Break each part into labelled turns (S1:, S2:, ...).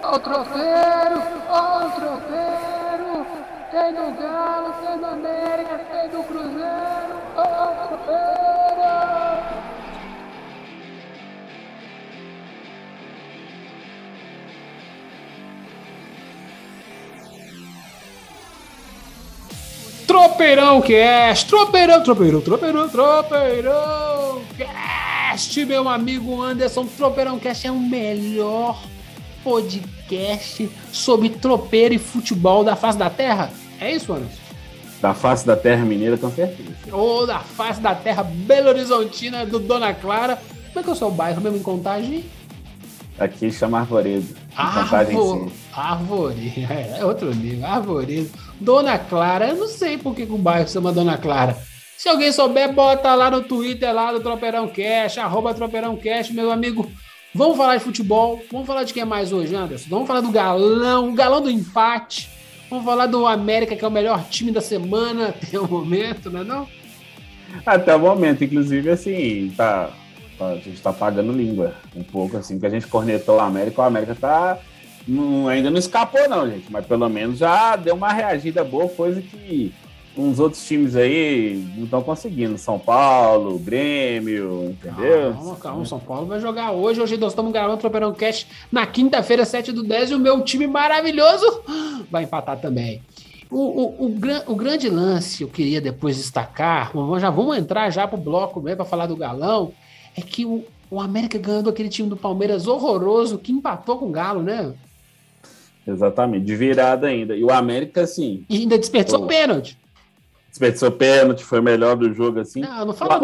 S1: Ó o tropeiro, ó o tropeiro. Tem do Galo, tem do América, tem do Cruzeiro. Ó o tropeiro. Tropeirão Cast, Tropeirão Cast, meu amigo Anderson. Tropeirão Cast é o melhor podcast sobre tropeiro e futebol da face da terra. É isso, Anderson?
S2: Da face da terra mineira, com certeza.
S1: Ou da face da terra Belo Horizontina do Dona Clara. Como é que é o seu bairro mesmo em Contagem?
S2: Aqui chama Arvoredo.
S1: Arvoredo, é outro nível, Arvoredo. Dona Clara, eu não sei por que o bairro chama Dona Clara. Se alguém souber, bota lá no Twitter, lá do Tropeirão Cast, @TropeirãoCast, meu amigo. Vamos falar de futebol, vamos falar de quem é mais hoje, Anderson? Vamos falar do Galão, o Galão do empate. Vamos falar do América, que é o melhor time da semana até o momento, não é não?
S2: Até o momento, inclusive, assim, a gente tá pagando língua um pouco, assim, porque a gente cornetou o América ainda não escapou não, gente, mas pelo menos já deu uma reagida boa, coisa que uns outros times aí não estão conseguindo. São Paulo, Grêmio, entendeu?
S1: Calma, São Paulo vai jogar hoje. Hoje nós estamos gravando o Tropeirão Cast na quinta-feira, 7/10, e o meu time maravilhoso vai empatar também. O grande lance, eu queria depois destacar, vamos entrar já pro bloco mesmo para falar do Galão, é que o América ganhou aquele time do Palmeiras horroroso que empatou com o Galo, né?
S2: Exatamente, de virada ainda. E o América, assim...
S1: E ainda desperdiçou pênalti.
S2: Desperdiçou pênalti, foi o melhor do jogo, assim.
S1: Não fala.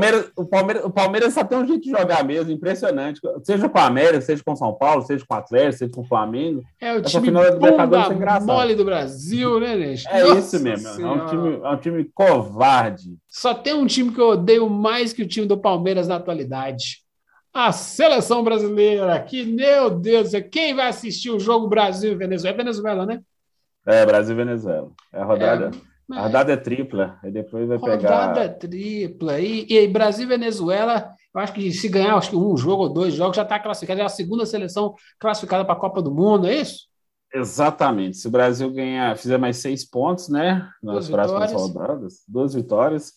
S2: O Palmeiras só tem um jeito de jogar mesmo, impressionante. Seja com o América, seja com o São Paulo, seja com o Atlético, seja com o Flamengo.
S1: É o time bunda mole do Brasil, né, gente?
S2: É Nossa isso mesmo, é um time covarde.
S1: Só tem um time que eu odeio mais que o time do Palmeiras na atualidade. A seleção brasileira, que, meu Deus, quem vai assistir o jogo Brasil e Venezuela? É Venezuela, né?
S2: É, Brasil e Venezuela. É a rodada... A rodada é tripla, aí depois vai pegar...
S1: Rodada tripla. E Brasil e Venezuela, eu acho que se ganhar um jogo ou dois jogos, já está classificado. É a segunda seleção classificada para a Copa do Mundo, é isso?
S2: Exatamente. Se o Brasil fizer mais 6 pontos, né? Nas próximas rodadas, 2 vitórias,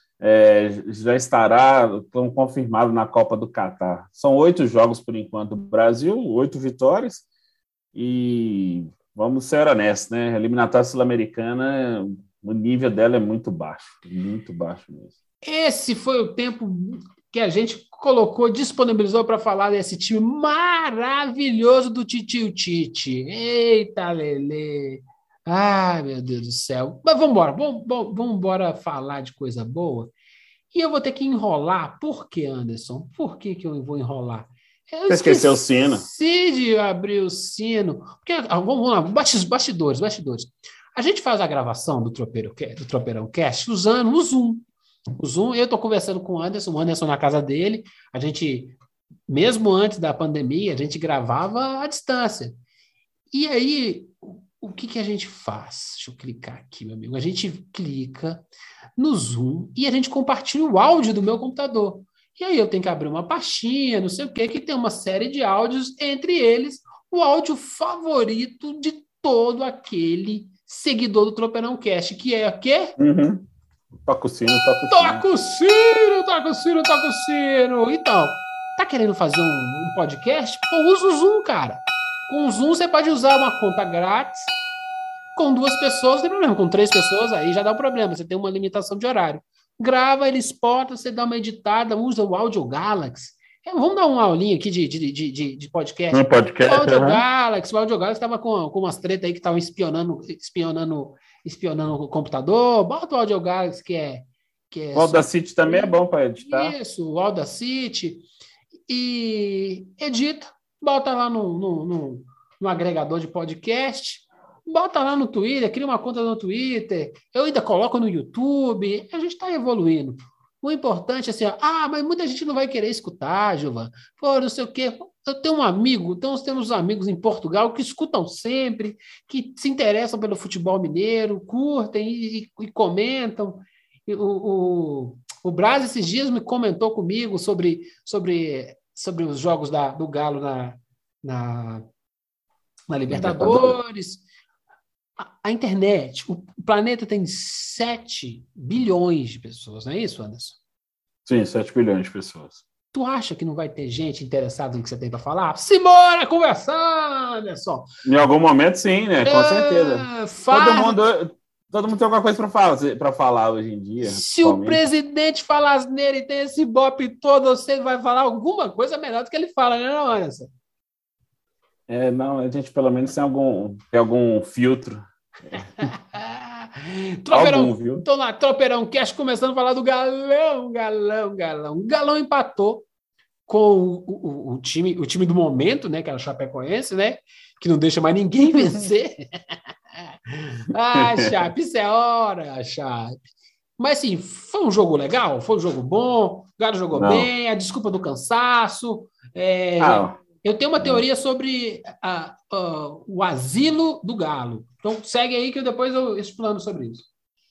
S2: já estará confirmado na Copa do Catar. São 8 jogos por enquanto do Brasil, 8 vitórias, e vamos ser honestos, né? A eliminatória sul-americana... O nível dela é muito baixo mesmo.
S1: Esse foi o tempo que a gente disponibilizou para falar desse time maravilhoso do Titio Tite. Eita, Lelê! Ai, meu Deus do céu. Mas vamos embora falar de coisa boa. E eu vou ter que enrolar. Por que, Anderson? Por que eu vou enrolar?
S2: Você esqueceu o sino.
S1: Esqueci de abrir o sino. Porque, vamos lá, bastidores. A gente faz a gravação do Tropeirão Cast usando o Zoom. O Zoom, eu estou conversando com o Anderson na casa dele. A gente, mesmo antes da pandemia, a gente gravava à distância. E aí, o que a gente faz? Deixa eu clicar aqui, meu amigo. A gente clica no Zoom e a gente compartilha o áudio do meu computador. E aí eu tenho que abrir uma pastinha, não sei o quê, que tem uma série de áudios, entre eles, o áudio favorito de todo aquele seguidor do Tropeirão Cast, que é o quê?
S2: Toca o sino.
S1: Então, tá querendo fazer um podcast? Pô, usa o Zoom, cara. Com o Zoom você pode usar uma conta grátis, com 2 pessoas, não tem problema. Com 3 pessoas, aí já dá um problema, você tem uma limitação de horário. Grava, ele exporta, você dá uma editada, usa o Audio Galaxy. Vamos dar uma aulinha aqui de podcast.
S2: Podcast.
S1: O Audio Galaxy estava com umas tretas aí que estavam espionando o computador. Bota o Audio Galaxy, que é
S2: o Audacity também é bom para editar.
S1: Isso, o Audacity. E edita, bota lá no agregador de podcast, bota lá no Twitter, cria uma conta no Twitter, eu ainda coloco no YouTube, a gente está evoluindo. O importante é assim, mas muita gente não vai querer escutar, Gilvan. Pô, não sei o quê. Eu tenho um amigo, então nós temos amigos em Portugal que escutam sempre, que se interessam pelo futebol mineiro, curtem e comentam. O Braz, esses dias, me comentou comigo sobre os jogos do Galo na Libertadores. A internet, o planeta tem 7 bilhões de pessoas, não é isso, Anderson?
S2: Sim, 7 bilhões de pessoas.
S1: Tu acha que não vai ter gente interessada no que você tem para falar? Simbora conversar, Anderson!
S2: Em algum momento, sim, né? Com certeza. Todo mundo tem alguma coisa para falar hoje em dia.
S1: Se o presidente fala asneira e tem esse bope todo, você vai falar alguma coisa melhor do que ele fala, né, não, Anderson?
S2: Não, a gente pelo menos tem algum filtro.
S1: Tropeirão, tô lá, Tropeirão Cash começando a falar do Galão. O Galão empatou com o time do momento, né, que era o Chapecoense, né, que não deixa mais ninguém vencer. Chape, isso é hora, Chape. Mas, assim, foi um jogo legal, foi um jogo bom, o Galo jogou bem, a desculpa do cansaço. Eu tenho uma teoria sobre o asilo do Galo. Então, segue aí que depois eu explano sobre isso.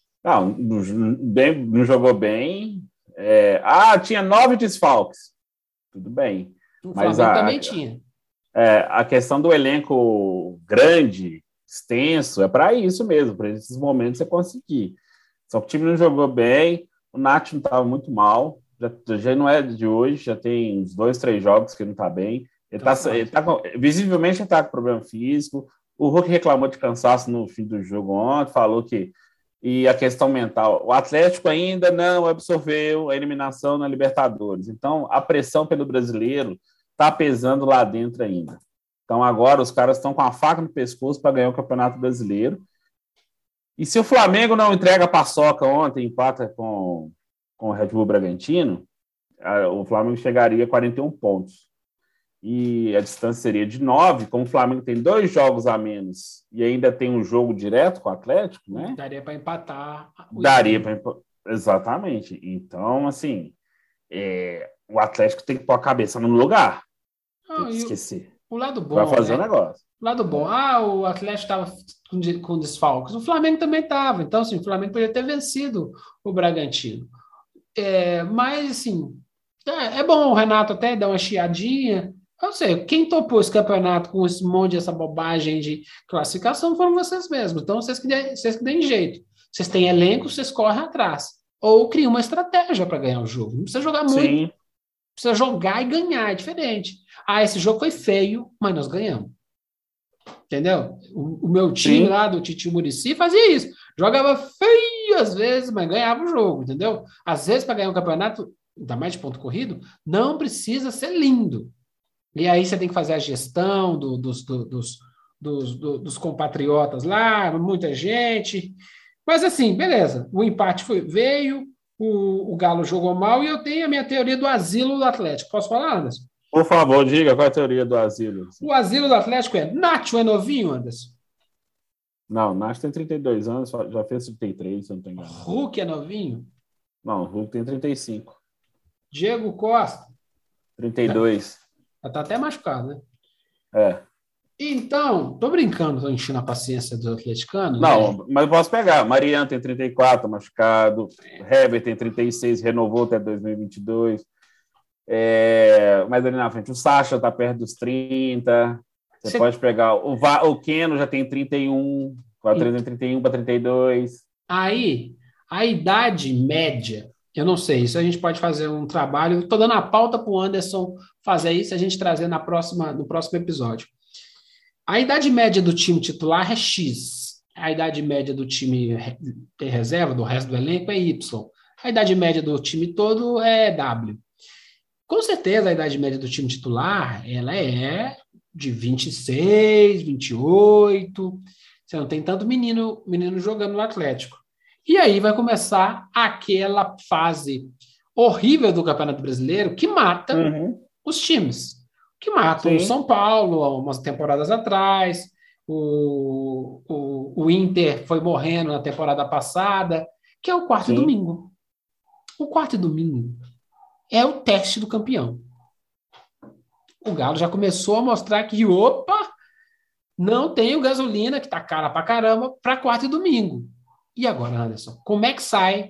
S2: Não jogou bem. Tinha 9 desfalques. Tudo bem.
S1: O Flamengo também tinha.
S2: A questão do elenco grande, extenso, é para isso mesmo, para esses momentos você conseguir. Só que o time não jogou bem, o Nath não estava muito mal, já não é de hoje, já tem uns 2, 3 jogos que não está bem. Visivelmente está com problema físico. O Hulk reclamou de cansaço no fim do jogo ontem, falou que. E a questão mental. O Atlético ainda não absorveu a eliminação na Libertadores. Então, a pressão pelo brasileiro está pesando lá dentro ainda. Então, agora os caras estão com a faca no pescoço para ganhar o Campeonato Brasileiro. E se o Flamengo não entrega a paçoca ontem, empata com o Red Bull Bragantino, o Flamengo chegaria a 41 pontos. E a distância seria de 9, como o Flamengo tem 2 jogos a menos e ainda tem um jogo direto com o Atlético, né?
S1: Daria para empatar.
S2: Exatamente. Então, assim, o Atlético tem que pôr a cabeça no lugar. Tem que esquecer.
S1: O lado bom,
S2: vai fazer o negócio.
S1: O lado bom. O Atlético estava com desfalques. O Flamengo também estava. Então, assim, o Flamengo poderia ter vencido o Bragantino. Mas, assim, é bom o Renato até dar uma chiadinha. Eu sei, quem topou esse campeonato com esse monte, essa bobagem de classificação foram vocês mesmos. Então, vocês que deem jeito. Vocês têm elenco, vocês correm atrás. Ou criam uma estratégia para ganhar o jogo. Não precisa jogar muito.
S2: Sim.
S1: Precisa jogar e ganhar, é diferente. Esse jogo foi feio, mas nós ganhamos. Entendeu? O meu time lá do Titio Muricy fazia isso. Jogava feio às vezes, mas ganhava o jogo, entendeu? Às vezes, para ganhar um campeonato, ainda mais de ponto corrido, não precisa ser lindo. E aí você tem que fazer a gestão dos compatriotas lá, muita gente. Mas assim, beleza. O empate veio, o Galo jogou mal e eu tenho a minha teoria do asilo do Atlético. Posso falar, Anderson?
S2: Por favor, diga qual é a teoria do asilo.
S1: O asilo do Atlético Nacho é novinho, Anderson?
S2: Não, Nacho tem 32 anos, já fez 33, se eu não estou enganado.
S1: Hulk é novinho?
S2: Não, o Hulk tem 35.
S1: Diego Costa?
S2: 32.
S1: Tá até machucado, né? Então, tô brincando, tô enchendo a paciência do atleticano.
S2: Não, né? Mas eu posso pegar. Mariano tem 34, machucado. Heber tem 36, renovou até 2022. Mas ali na frente, o Sacha tá perto dos 30. Você pode pegar. O Keno já tem 31, vai 31 para 32.
S1: Aí, a idade média, eu não sei, isso a gente pode fazer um trabalho. Estou dando a pauta para o Anderson fazer isso, a gente trazer no próximo episódio. A idade média do time titular é X. A idade média do time de reserva, do resto do elenco, é Y. A idade média do time todo é W. Com certeza, a idade média do time titular ela é de 26, 28. Você não tem tanto menino jogando no Atlético. E aí vai começar aquela fase horrível do Campeonato Brasileiro que mata os times. Que matam o São Paulo há umas temporadas atrás. O Inter foi morrendo na temporada passada, que é o quarto e domingo. O quarto e domingo é o teste do campeão. O Galo já começou a mostrar que, não tenho gasolina, que tá cara pra caramba, para quarto e domingo. E agora, Anderson, como é que sai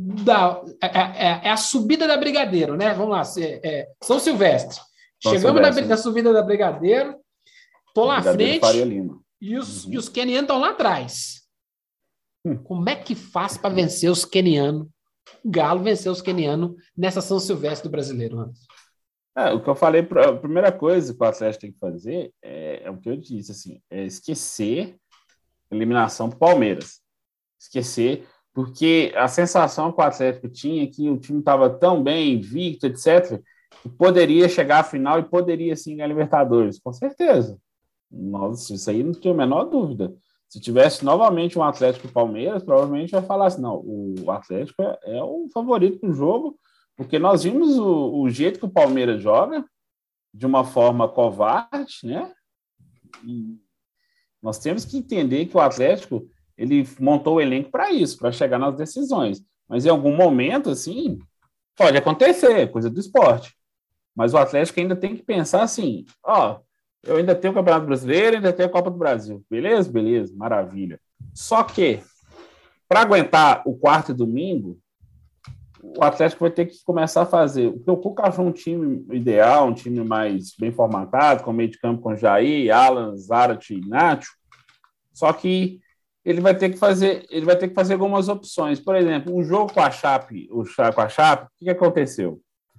S1: é a subida da Brigadeiro, né? Vamos lá, São Silvestre. Chegamos na subida da Brigadeiro Tô lá à frente
S2: Faria Lima.
S1: E os quenianos estão lá atrás. Como é que faz para vencer os quenianos? O Galo vencer os quenianos nessa São Silvestre do brasileiro, Anderson?
S2: O que eu falei, a primeira coisa que o Atlético tem que fazer é o que eu disse, assim, é esquecer a eliminação para o Palmeiras. Esquecer, porque a sensação que o Atlético tinha é que o time estava tão bem, invicto, etc., que poderia chegar à final e poderia sim ganhar a Libertadores, com certeza. Nossa, isso aí não tinha a menor dúvida. Se tivesse novamente um Atlético e Palmeiras, provavelmente vai falar assim, não, o Atlético é o favorito do jogo, porque nós vimos o jeito que o Palmeiras joga, de uma forma covarde, né? E nós temos que entender que o Atlético, ele montou o elenco para isso, para chegar nas decisões. Mas em algum momento, assim, pode acontecer, coisa do esporte. Mas o Atlético ainda tem que pensar assim, eu ainda tenho o Campeonato Brasileiro, ainda tenho a Copa do Brasil. Beleza? Beleza, maravilha. Só que, para aguentar o quarto e domingo, o Atlético vai ter que começar a fazer. Porque o Cuca achou um time ideal, um time mais bem formatado, com meio de campo com Jair, Alan, Zarate e Nacho. Só que ele vai ter que fazer algumas opções. Por exemplo, um jogo com a Chape, o que aconteceu?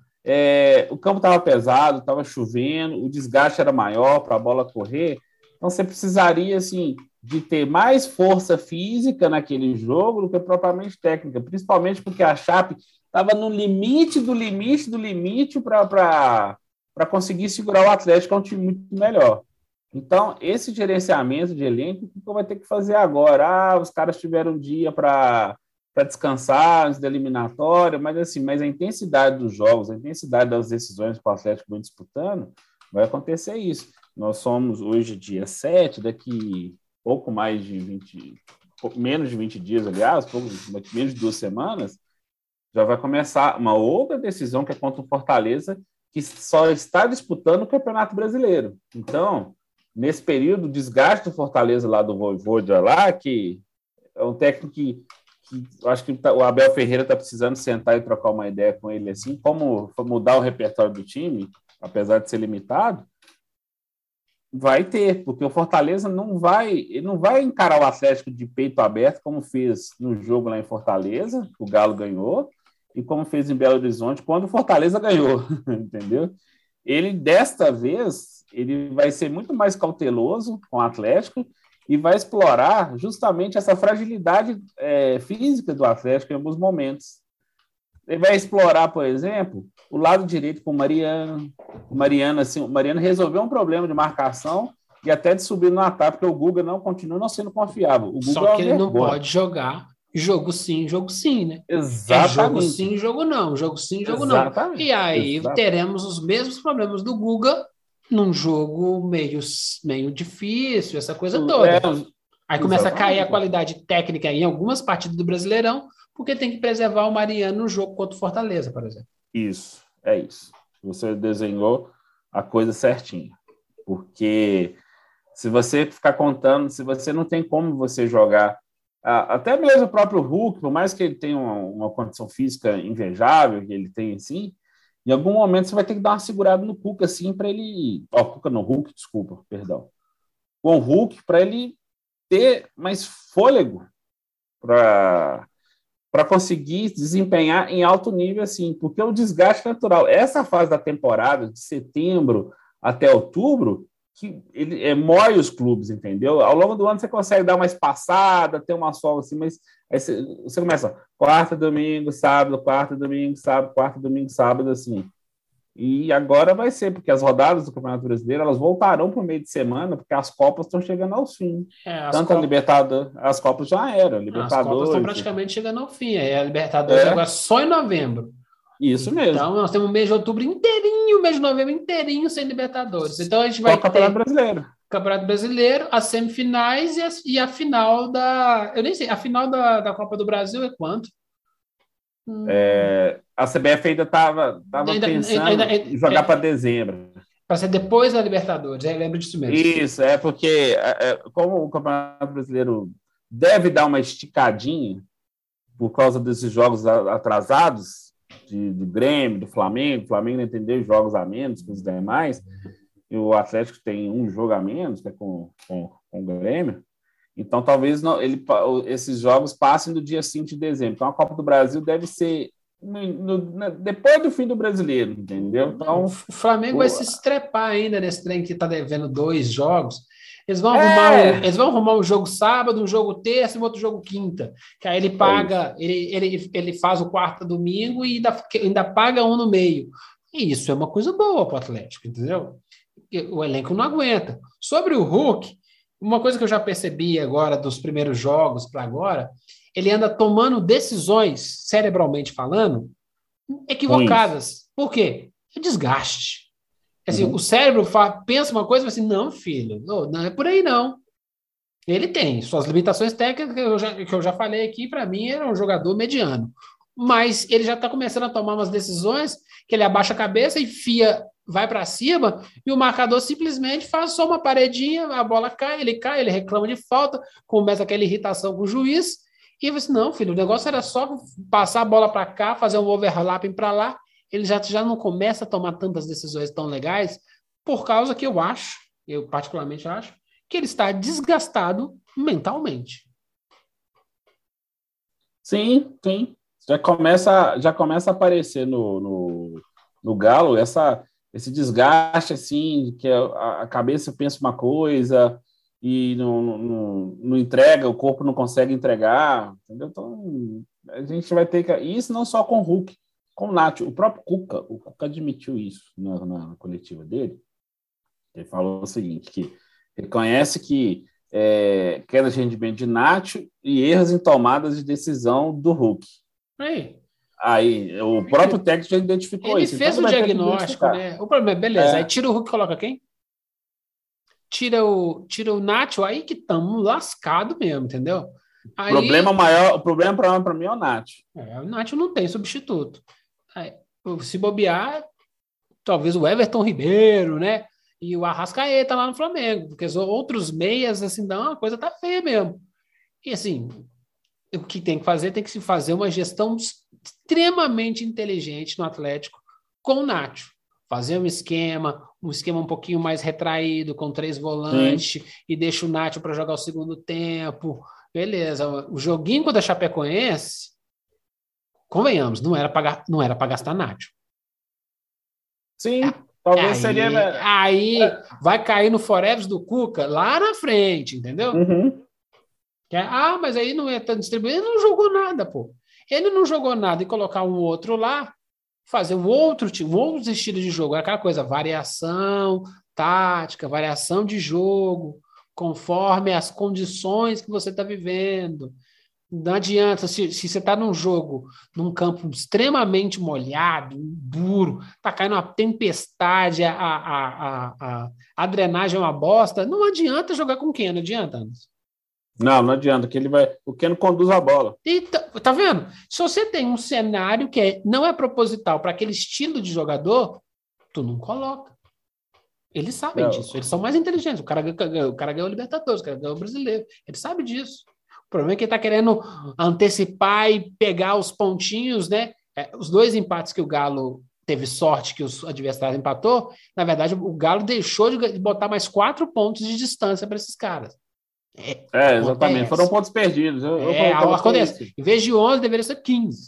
S2: O campo estava pesado, estava chovendo, o desgaste era maior para a bola correr, então você precisaria assim, de ter mais força física naquele jogo do que propriamente técnica, principalmente porque a Chape estava no limite do limite para conseguir segurar o Atlético, que é um time muito melhor. Então, esse gerenciamento de elenco, o que vai ter que fazer agora? Os caras tiveram um dia para descansar antes da eliminatória, mas a intensidade dos jogos, a intensidade das decisões que o Atlético vai disputando, vai acontecer isso. Nós somos hoje dia 7, daqui pouco mais de 20, menos de 20 dias, aliás, menos de 2 semanas, já vai começar uma outra decisão que é contra o Fortaleza, que só está disputando o Campeonato Brasileiro. Então, nesse período, o desgaste do Fortaleza lá do Vojvoda lá, que é um técnico que eu acho que o Abel Ferreira está precisando sentar e trocar uma ideia com ele, assim, como mudar o repertório do time, apesar de ser limitado, vai ter, porque o Fortaleza não vai encarar o Atlético de peito aberto, como fez no jogo lá em Fortaleza, o Galo ganhou, e como fez em Belo Horizonte, quando o Fortaleza ganhou, entendeu? Ele, desta vez, ele vai ser muito mais cauteloso com o Atlético, e vai explorar justamente essa fragilidade física do Atlético em alguns momentos. Ele vai explorar, por exemplo, o lado direito com o Mariano. O Mariano resolveu um problema de marcação e até de subir no ataque, porque o Guga continua não sendo confiável. O Guga
S1: Só que ele não pode jogar jogo sim, né?
S2: Exatamente.
S1: É jogo sim, jogo não. Jogo sim, jogo não. E aí teremos os mesmos problemas do Guga num jogo meio difícil, essa coisa toda. Aí começa a cair a qualidade técnica em algumas partidas do Brasileirão, porque tem que preservar o Mariano no jogo contra o Fortaleza, por exemplo.
S2: Isso, é isso. Você desenhou a coisa certinha. Porque se você ficar contando, se você não tem como você jogar, até mesmo o próprio Hulk, por mais que ele tenha uma condição física invejável, que ele tem assim, em algum momento você vai ter que dar uma segurada no Cuca, assim, para ele. Cuca no Hulk, desculpa, perdão. Com o Hulk, para ele ter mais fôlego para conseguir desempenhar em alto nível, assim, porque o desgaste natural. Essa fase da temporada, de setembro até outubro, que ele mói os clubes, entendeu? Ao longo do ano você consegue dar uma espaçada, ter uma folga assim, mas aí você começa quarta, domingo, sábado, quarta, domingo, sábado, quarta, domingo, sábado, assim. E agora vai ser, porque as rodadas do Campeonato Brasileiro, elas voltarão para o meio de semana, porque as Copas estão chegando ao fim. Tanto a Libertadores, as Copas já eram.
S1: As Copas estão praticamente chegando ao fim. A Libertadores agora só em novembro.
S2: Isso mesmo.
S1: Então, nós temos o mês de outubro inteirinho, o mês de novembro inteirinho sem Libertadores. Então, a gente vai ter Campeonato Brasileiro, as semifinais e a final da... Eu nem sei, a final da Copa do Brasil é quanto?
S2: A CBF ainda estava pensando em jogar para dezembro.
S1: Para ser depois da Libertadores, eu lembro disso mesmo.
S2: Isso, porque como o Campeonato Brasileiro deve dar uma esticadinha por causa desses jogos atrasados, do Grêmio, do Flamengo não entendeu os jogos a menos que os demais, e o Atlético tem um jogo a menos, né, com o Grêmio. Então, talvez esses jogos passem do dia 5 de dezembro. Então, a Copa do Brasil deve ser depois do fim do Brasileiro, entendeu? Então,
S1: o Flamengo vai se estrepar ainda nesse trem que está devendo 2 jogos. Eles vão arrumar um jogo sábado, um jogo terça e outro jogo quinta. Que aí ele paga, ele faz o quarto domingo e ainda paga um no meio. E isso é uma coisa boa para o Atlético, entendeu? O elenco não aguenta. Sobre o Hulk, uma coisa que eu já percebi agora dos primeiros jogos para agora, ele anda tomando decisões, cerebralmente falando, equivocadas. Por quê? É desgaste. Assim, o cérebro pensa uma coisa e fala assim, não, filho, não é por aí não. Ele tem suas limitações técnicas, que eu já falei aqui, para mim era um jogador mediano. Mas ele já está começando a tomar umas decisões que ele abaixa a cabeça, enfia, vai para cima, e o marcador simplesmente faz só uma paredinha, a bola cai, ele reclama de falta, começa aquela irritação com o juiz, e eu disse, não, filho, o negócio era só passar a bola para cá, fazer um overlapping para lá, ele já não começa a tomar tantas decisões tão legais, por causa que eu particularmente acho, que ele está desgastado mentalmente.
S2: Sim. Já começa a aparecer no Galo esse desgaste, assim, que a cabeça pensa uma coisa e não entrega, o corpo não consegue entregar, entendeu? Então, a gente vai ter que... Isso não só com o Hulk, com o Nacho. O próprio Cuca admitiu isso na coletiva dele. Ele falou o seguinte, que reconhece que queda de rendimento de Nacho e erros em tomadas de decisão do Hulk. Aí, o próprio técnico já identificou
S1: ele
S2: isso.
S1: Ele fez o diagnóstico, né? O problema é, beleza, aí tira o Hulk e coloca quem? Tira o Nacho, aí que estamos lascados mesmo, entendeu? Aí,
S2: o problema para mim é o Nacho.
S1: O Nacho não tem substituto. Aí, se bobear, talvez o Everton Ribeiro, né? E o Arrascaeta lá no Flamengo, porque os outros meias, assim, dá uma coisa, tá feia mesmo. E assim, o que tem que se fazer uma gestão extremamente inteligente no Atlético com o Nacho. Fazer um esquema um pouquinho mais retraído, com 3 volantes, e deixa o Nacho para jogar o segundo tempo. Beleza. O joguinho contra a Chapecoense, convenhamos, não era para gastar Nacho.
S2: Sim, talvez seria...
S1: Aí vai cair no Forever do Cuca lá na frente, entendeu? Mas aí não é tão distribuído. Ele não jogou nada, pô. Ele não jogou nada e colocar um outro lá, fazer um outro estilo de jogo. Aquela coisa, variação tática, variação de jogo, conforme as condições que você está vivendo. Não adianta, se você está num jogo, num campo extremamente molhado, duro, está caindo uma tempestade, a drenagem é uma bosta, não adianta jogar com quem? Não adianta, Anderson.
S2: Não adianta, que o Keno conduz a bola.
S1: E tá vendo? Se você tem um cenário que não é proposital para aquele estilo de jogador, tu não coloca. Eles sabem disso, eles são mais inteligentes. O cara ganhou o Libertadores, o cara ganhou o Brasileiro, ele sabe disso. O problema é que ele está querendo antecipar e pegar os pontinhos, né? Os 2 empates que o Galo teve sorte que os adversários empatou, na verdade, o Galo deixou de botar mais 4 pontos de distância para esses caras.
S2: Exatamente. Foram pontos perdidos.
S1: Acontece. Em vez de 11, deveria ser 15.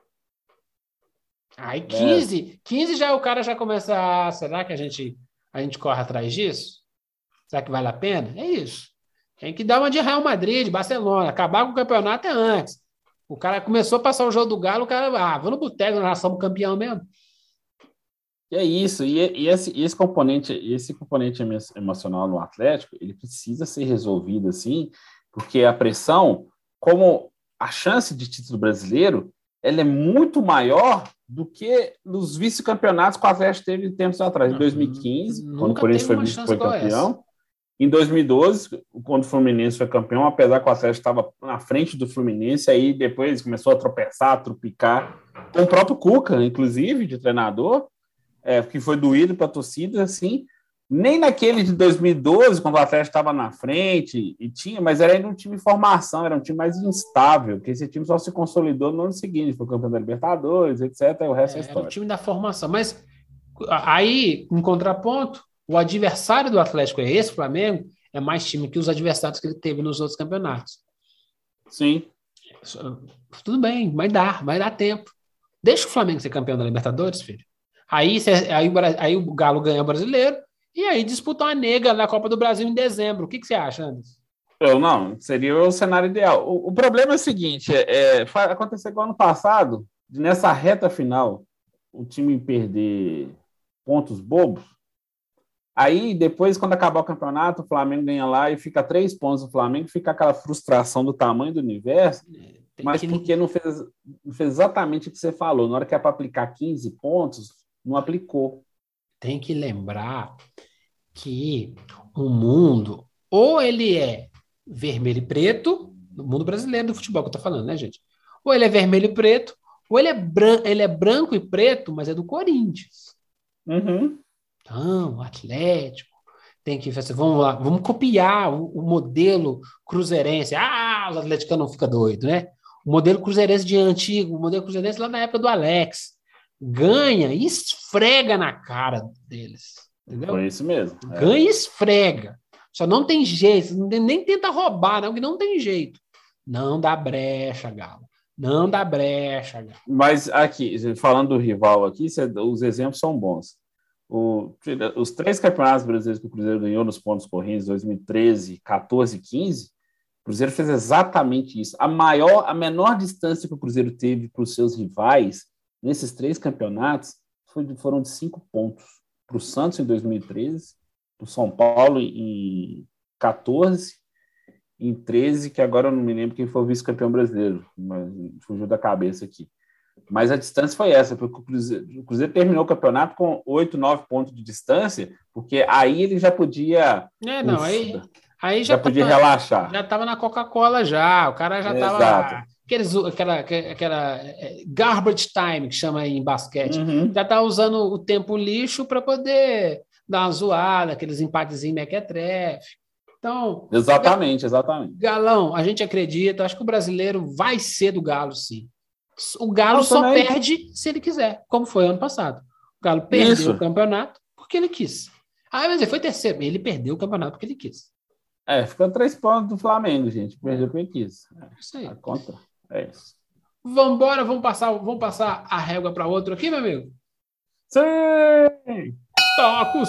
S1: Aí 15 já o cara já começa será que a gente corre atrás disso? Será que vale a pena? É isso. Tem que dar uma de Real Madrid, Barcelona, acabar com o campeonato antes. O cara começou a passar o jogo do Galo, o cara, vamos no boteco, nós somos campeão mesmo.
S2: E é isso, e esse componente emocional no Atlético, ele precisa ser resolvido assim, porque a pressão, como a chance de título brasileiro, ela é muito maior do que nos vice-campeonatos que o Atlético teve tempos atrás. Em 2015, quando o Corinthians foi campeão, em 2012, quando o Fluminense foi campeão, apesar que o Atlético estava na frente do Fluminense, aí depois começou a tropeçar, a trupicar, com o próprio Cuca, inclusive, de treinador, que foi doído para a torcida, assim, nem naquele de 2012, quando o Atlético estava na frente, mas era ainda um time em formação, era um time mais instável, porque esse time só se consolidou no ano seguinte, foi campeão da Libertadores, etc., o resto é história.
S1: Era o time da formação, mas aí, em contraponto, O adversário do Atlético é esse, Flamengo, é mais time que os adversários que ele teve nos outros campeonatos.
S2: Sim.
S1: Tudo bem, vai dar tempo. Deixa o Flamengo ser campeão da Libertadores, filho. Aí o Galo ganha o brasileiro e aí disputa uma nega na Copa do Brasil em dezembro. O que você acha, Anderson?
S2: Não, seria o cenário ideal. O problema é o seguinte: aconteceu igual ano passado, nessa reta final, o time perder pontos bobos. Aí, depois, quando acabar o campeonato, o Flamengo ganha lá e fica 3 pontos do Flamengo, fica aquela frustração do tamanho do universo, mas porque não fez exatamente o que você falou. Na hora que é para aplicar 15 pontos, não aplicou.
S1: Tem que lembrar que o mundo, ou ele é vermelho e preto, no mundo brasileiro do futebol que eu tô falando, né, gente? Ou ele é vermelho e preto, ou ele é branco e preto, mas é do Corinthians.
S2: Uhum.
S1: Então, o Atlético tem que fazer, vamos lá, vamos copiar o modelo cruzeirense. O atleticano não fica doido, né? O modelo cruzeirense de antigo, o modelo cruzeirense lá na época do Alex. Ganha e esfrega na cara deles. Entendeu?
S2: Foi isso mesmo.
S1: Ganha e esfrega. Só não tem jeito, nem tenta roubar, não, que não tem jeito. Não dá brecha, Galo. Não dá brecha, Galo.
S2: Mas aqui, falando do rival aqui, os exemplos são bons. Os 3 campeonatos brasileiros que o Cruzeiro ganhou nos pontos correntes, 2013, 14 e 15, o Cruzeiro fez exatamente isso. A menor distância que o Cruzeiro teve para os seus rivais nesses 3 campeonatos foram de 5 pontos. Para o Santos em 2013, para o São Paulo em 14, em 13, que agora eu não me lembro quem foi o vice-campeão brasileiro, mas fugiu da cabeça aqui. Mas a distância foi essa, porque o Cruzeiro terminou o campeonato com 8, 9 pontos de distância, porque aí ele já podia...
S1: Aí
S2: já podia relaxar.
S1: Já estava na Coca-Cola já, o cara já estava... Aquela garbage time, que chama aí em basquete.
S2: Uhum.
S1: Já tá usando o tempo lixo para poder dar uma zoada, aqueles empatezinhos mequetrefe. Então...
S2: Exatamente.
S1: Galão, a gente acredita, acho que o brasileiro vai ser do Galo, sim. O Galo só perde se ele quiser, como foi ano passado. O Galo perdeu o campeonato porque ele quis. Mas ele foi terceiro. Ele perdeu o campeonato porque ele quis.
S2: Ficou 3 pontos do Flamengo, gente. Perdeu porque ele quis.
S1: Isso aí.
S2: A conta é isso.
S1: Vambora, vamos passar a régua para outro aqui, meu amigo?
S2: Sim!
S1: Toca o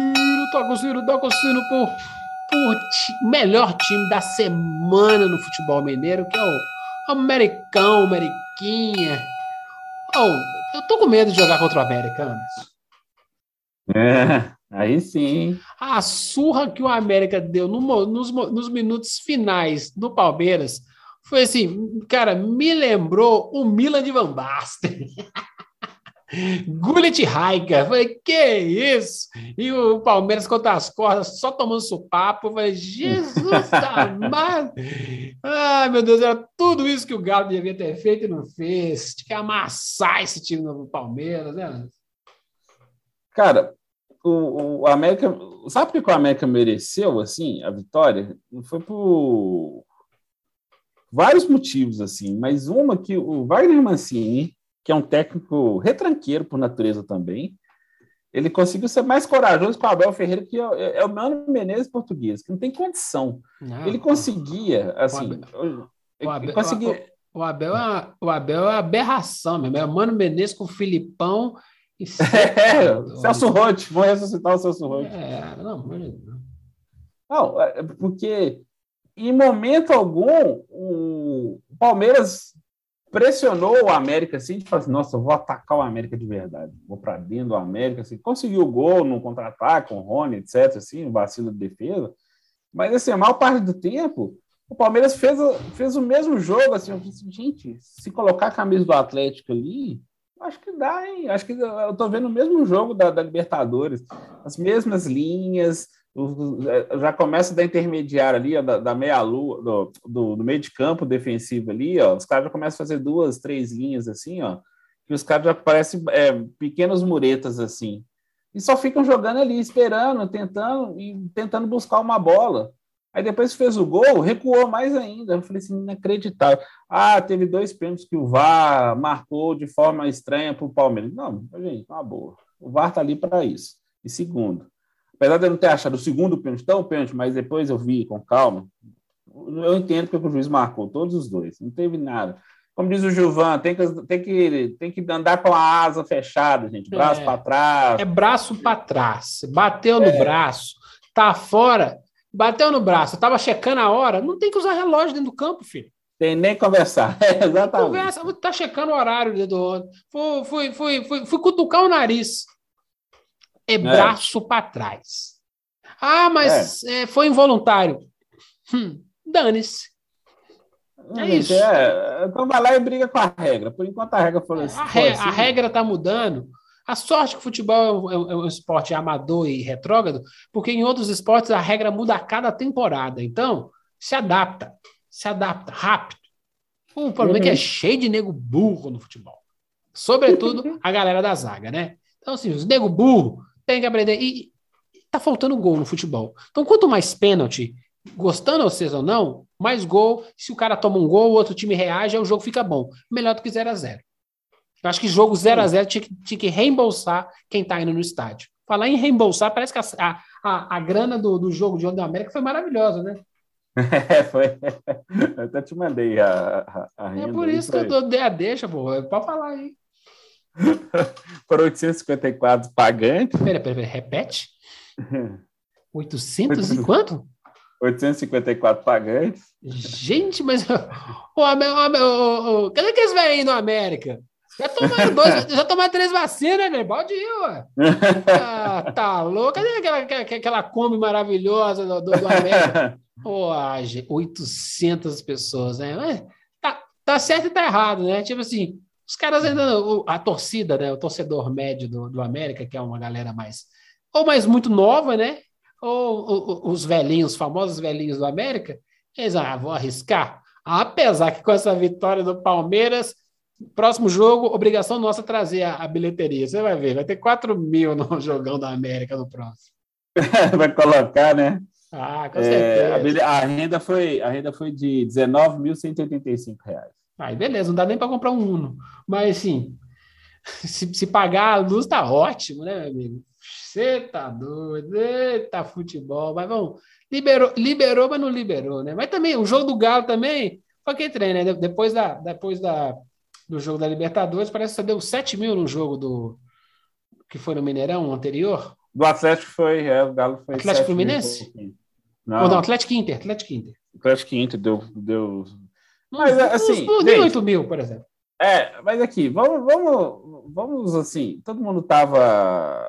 S1: sino por melhor time da semana no futebol mineiro, que é o Ameriquinha. Eu tô com medo de jogar contra o América,
S2: aí sim.
S1: A surra que o América deu nos minutos finais do Palmeiras foi assim, cara, me lembrou o Milan de Van Basten. Gullit Raika, falei, que isso? E o Palmeiras contra as cordas, só tomando supapo. Eu falei, Jesus amado! Ai, meu Deus, era tudo isso que o Galo devia ter feito e não fez. Tinha que amassar esse time do Palmeiras, né?
S2: Cara, o América... Sabe por que o América mereceu, assim, a vitória? Foi por vários motivos, assim, mas uma que o Wagner Mancini, que é um técnico retranqueiro por natureza também, ele conseguiu ser mais corajoso que o Abel Ferreira, que é o Mano Menezes português, que não tem condição.
S1: Não,
S2: ele conseguia, assim...
S1: O Abel é uma aberração mesmo. É o Mano Menezes com o Filipão e
S2: Celso Roth, vou ressuscitar o Celso Roth.
S1: Não,
S2: porque em momento algum o Palmeiras pressionou o América assim, de falar assim, nossa, eu vou atacar o América de verdade, vou para dentro do América, assim, conseguiu o gol no contra-ataque com o Rony, etc, assim, um vacilo de defesa, mas assim, a maior parte do tempo o Palmeiras fez o mesmo jogo, assim, eu disse, gente, se colocar a camisa do Atlético ali, acho que dá, hein? Acho que eu tô vendo o mesmo jogo da Libertadores, as mesmas linhas, já começa da intermediária ali, ó, da meia-lua, do meio de campo defensivo ali, ó, os caras já começam a fazer 2, 3 linhas assim, ó, que os caras já parecem pequenas muretas assim, e só ficam jogando ali, esperando, tentando buscar uma bola. Aí depois que fez o gol, recuou mais ainda. Eu falei assim, inacreditável. Teve 2 pênaltis que o VAR marcou de forma estranha para o Palmeiras. Não, gente, uma boa. O VAR está ali para isso. E segundo, apesar de eu não ter achado o segundo pênalti tão pênalti, mas depois eu vi com calma, eu entendo que o juiz marcou todos os dois, não teve nada. Como diz o Gilvan, tem que andar com a asa fechada, gente, braço para trás.
S1: É braço para trás, bateu no braço, tá fora, bateu no braço, tava checando a hora, não tem que usar relógio dentro do campo, filho.
S2: Tem nem conversar, exatamente.
S1: Conversa, tá checando o horário dentro do outro. Fui cutucar o nariz. É braço para trás. Ah, mas foi involuntário. Dane-se. É isso.
S2: Então vai lá e briga com a regra. Por enquanto a regra for assim.
S1: A regra está mudando. A sorte que o futebol é um esporte amador e retrógrado, porque em outros esportes a regra muda a cada temporada. Então, se adapta rápido. O problema é que é cheio de nego burro no futebol. Sobretudo a galera da zaga, né? Então, assim, os nego burro tem que aprender. E tá faltando gol no futebol. Então, quanto mais pênalti, gostando vocês ou não, mais gol. Se o cara toma um gol, o outro time reage, aí o jogo fica bom. Melhor do que 0-0. Eu acho que jogo 0-0 tinha que reembolsar quem tá indo no estádio. Falar em reembolsar, parece que a grana do jogo de ontem da América foi maravilhosa, né?
S2: Foi. Eu até te mandei a renda.
S1: É por isso que eu dei a deixa, pô. Pode falar aí.
S2: Foram 854 pagantes.
S1: Pera, repete. 800 e quanto?
S2: 854 pagantes.
S1: Gente, mas cadê que eles vêm aí no América? Já tomaram 3 vacinas, né? Pode ir, ué. Tá louco. Cadê aquela Kombi maravilhosa do América? 800 pessoas, né? Tá certo e tá errado, né? Tipo assim, os caras ainda... A torcida, né? O torcedor médio do América, que é uma galera mais muito nova, né? Ou os velhinhos, os famosos velhinhos do América, eles vão arriscar. Apesar que com essa vitória do Palmeiras, próximo jogo, obrigação nossa trazer a bilheteria. Você vai ver, vai ter 4 mil no jogão da América no próximo.
S2: Vai colocar, né?
S1: Com certeza.
S2: A renda foi de R$19.185.
S1: Aí beleza, não dá nem para comprar um Uno. Mas assim, se pagar a luz, tá ótimo, né, meu amigo? Você tá doido, eita futebol, mas vamos, liberou, mas não liberou, né? Mas também, o jogo do Galo também, foi que trem, né? Depois do jogo da Libertadores, parece que você deu 7 mil no jogo que foi no Mineirão anterior.
S2: Do Atlético foi, o Galo foi
S1: Atlético Fluminense?
S2: Não.
S1: Não, Atlético Inter.
S2: Atlético Inter deu... Mas, assim...
S1: Deu 8 mil, por exemplo.
S2: Mas aqui, vamos assim, todo mundo tava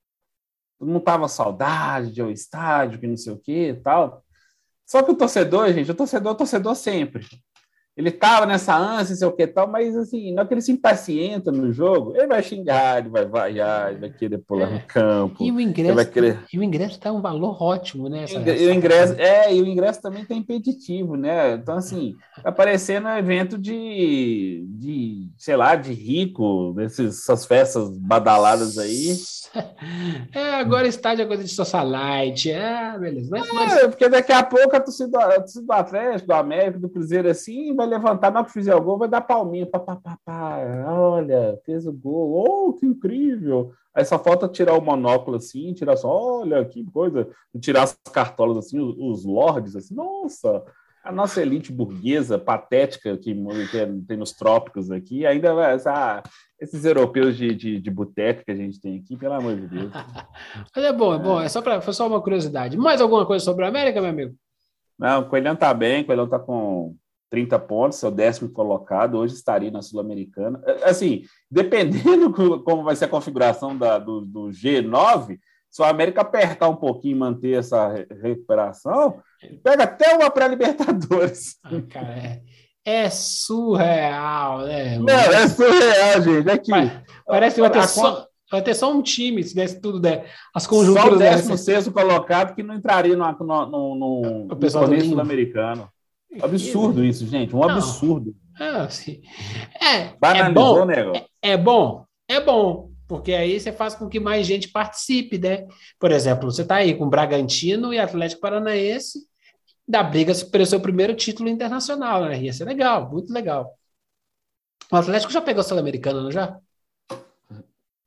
S2: saudade de ir ao estádio, que não sei o que e tal. Só que o torcedor, gente, é o torcedor sempre. Ele tava nessa ânsia, sei o que e tal, mas assim, na hora que ele se impacienta no jogo, ele vai xingar, ele vai vaiar, ele vai querer pular no campo.
S1: E o ingresso tá um valor ótimo, né?
S2: E o ingresso também tá impeditivo, né? Então, assim, tá parecendo um evento de sei lá, de rico, essas festas badaladas aí.
S1: Agora estádio é coisa de socialite. Beleza. Mas...
S2: porque daqui a pouco a torcida do Atlético, do América, do Cruzeiro, assim, vai levantar, na hora que fizer o gol, vai dar palminha. Olha, fez o gol. Que incrível. Aí só falta tirar o monóculo, assim, tirar só, olha, que coisa. Tirar as cartolas, assim, os lords, assim, nossa... A nossa elite burguesa, patética, que tem nos trópicos aqui, ainda vai... Esses europeus de boteca que a gente tem aqui, pelo amor de Deus.
S1: Mas é bom. Foi só uma curiosidade. Mais alguma coisa sobre a América, meu amigo?
S2: Não, o Coelhão tá bem, o Coelhão tá com 30 pontos, é o 10º colocado, hoje estaria na Sul-Americana. Assim, dependendo como vai ser a configuração do G9, se o América apertar um pouquinho e manter essa recuperação, pega até uma pré-Libertadores.
S1: Cara, é surreal, né?
S2: Não, é surreal, gente. Aqui.
S1: Parece que vai ter só um time, se desse tudo der. As conjunturas.
S2: Só o 16º colocado que não entraria no torneio sul-americano. Absurdo isso, gente. Um absurdo.
S1: Assim,
S2: Banalizou o negócio.
S1: É bom. Porque aí você faz com que mais gente participe, né? Por exemplo, você está aí com Bragantino e Atlético Paranaense da briga pelo seu primeiro título internacional, né? Ia ser legal, muito legal. O Atlético já pegou a Sul-Americana, não já?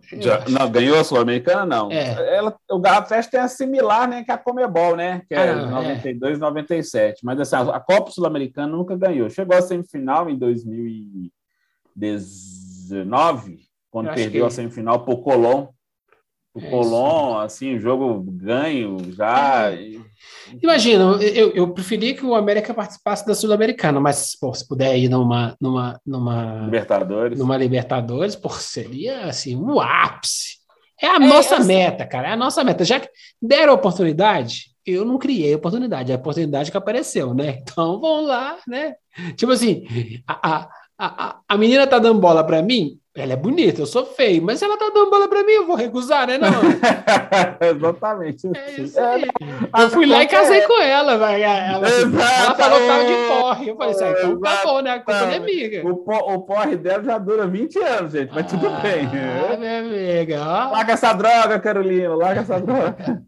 S2: Não, ganhou a Sul-Americana, não.
S1: É.
S2: O Galo Atlético tem a similar, né, que a Comebol, né, que é 92, 97. Mas assim, a Copa Sul-Americana nunca ganhou. Chegou à semifinal em 2019, quando perdeu a semifinal para o Colón. O Colón, assim, o jogo ganho já.
S1: Imagina, eu preferia que o América participasse da Sul-Americana, mas pô, se puder ir numa Libertadores, pô, seria assim, o ápice. É a nossa meta, cara, é a nossa meta. Já que deram a oportunidade, eu não criei a oportunidade que apareceu, né? Então vamos lá, né? Tipo assim, a menina tá dando bola para mim, ela é bonita, eu sou feio, mas se ela tá dando bola pra mim, eu vou recusar, né? Não.
S2: Exatamente.
S1: É isso aí. Eu fui lá e casei com ela. Ela falou que tava de porre. Eu falei assim, então tá bom, né? A culpa não é minha.
S2: O porre dela já dura 20 anos, gente, mas tudo bem.
S1: Minha amiga. Ó.
S2: Larga essa droga, Carolina, larga essa droga.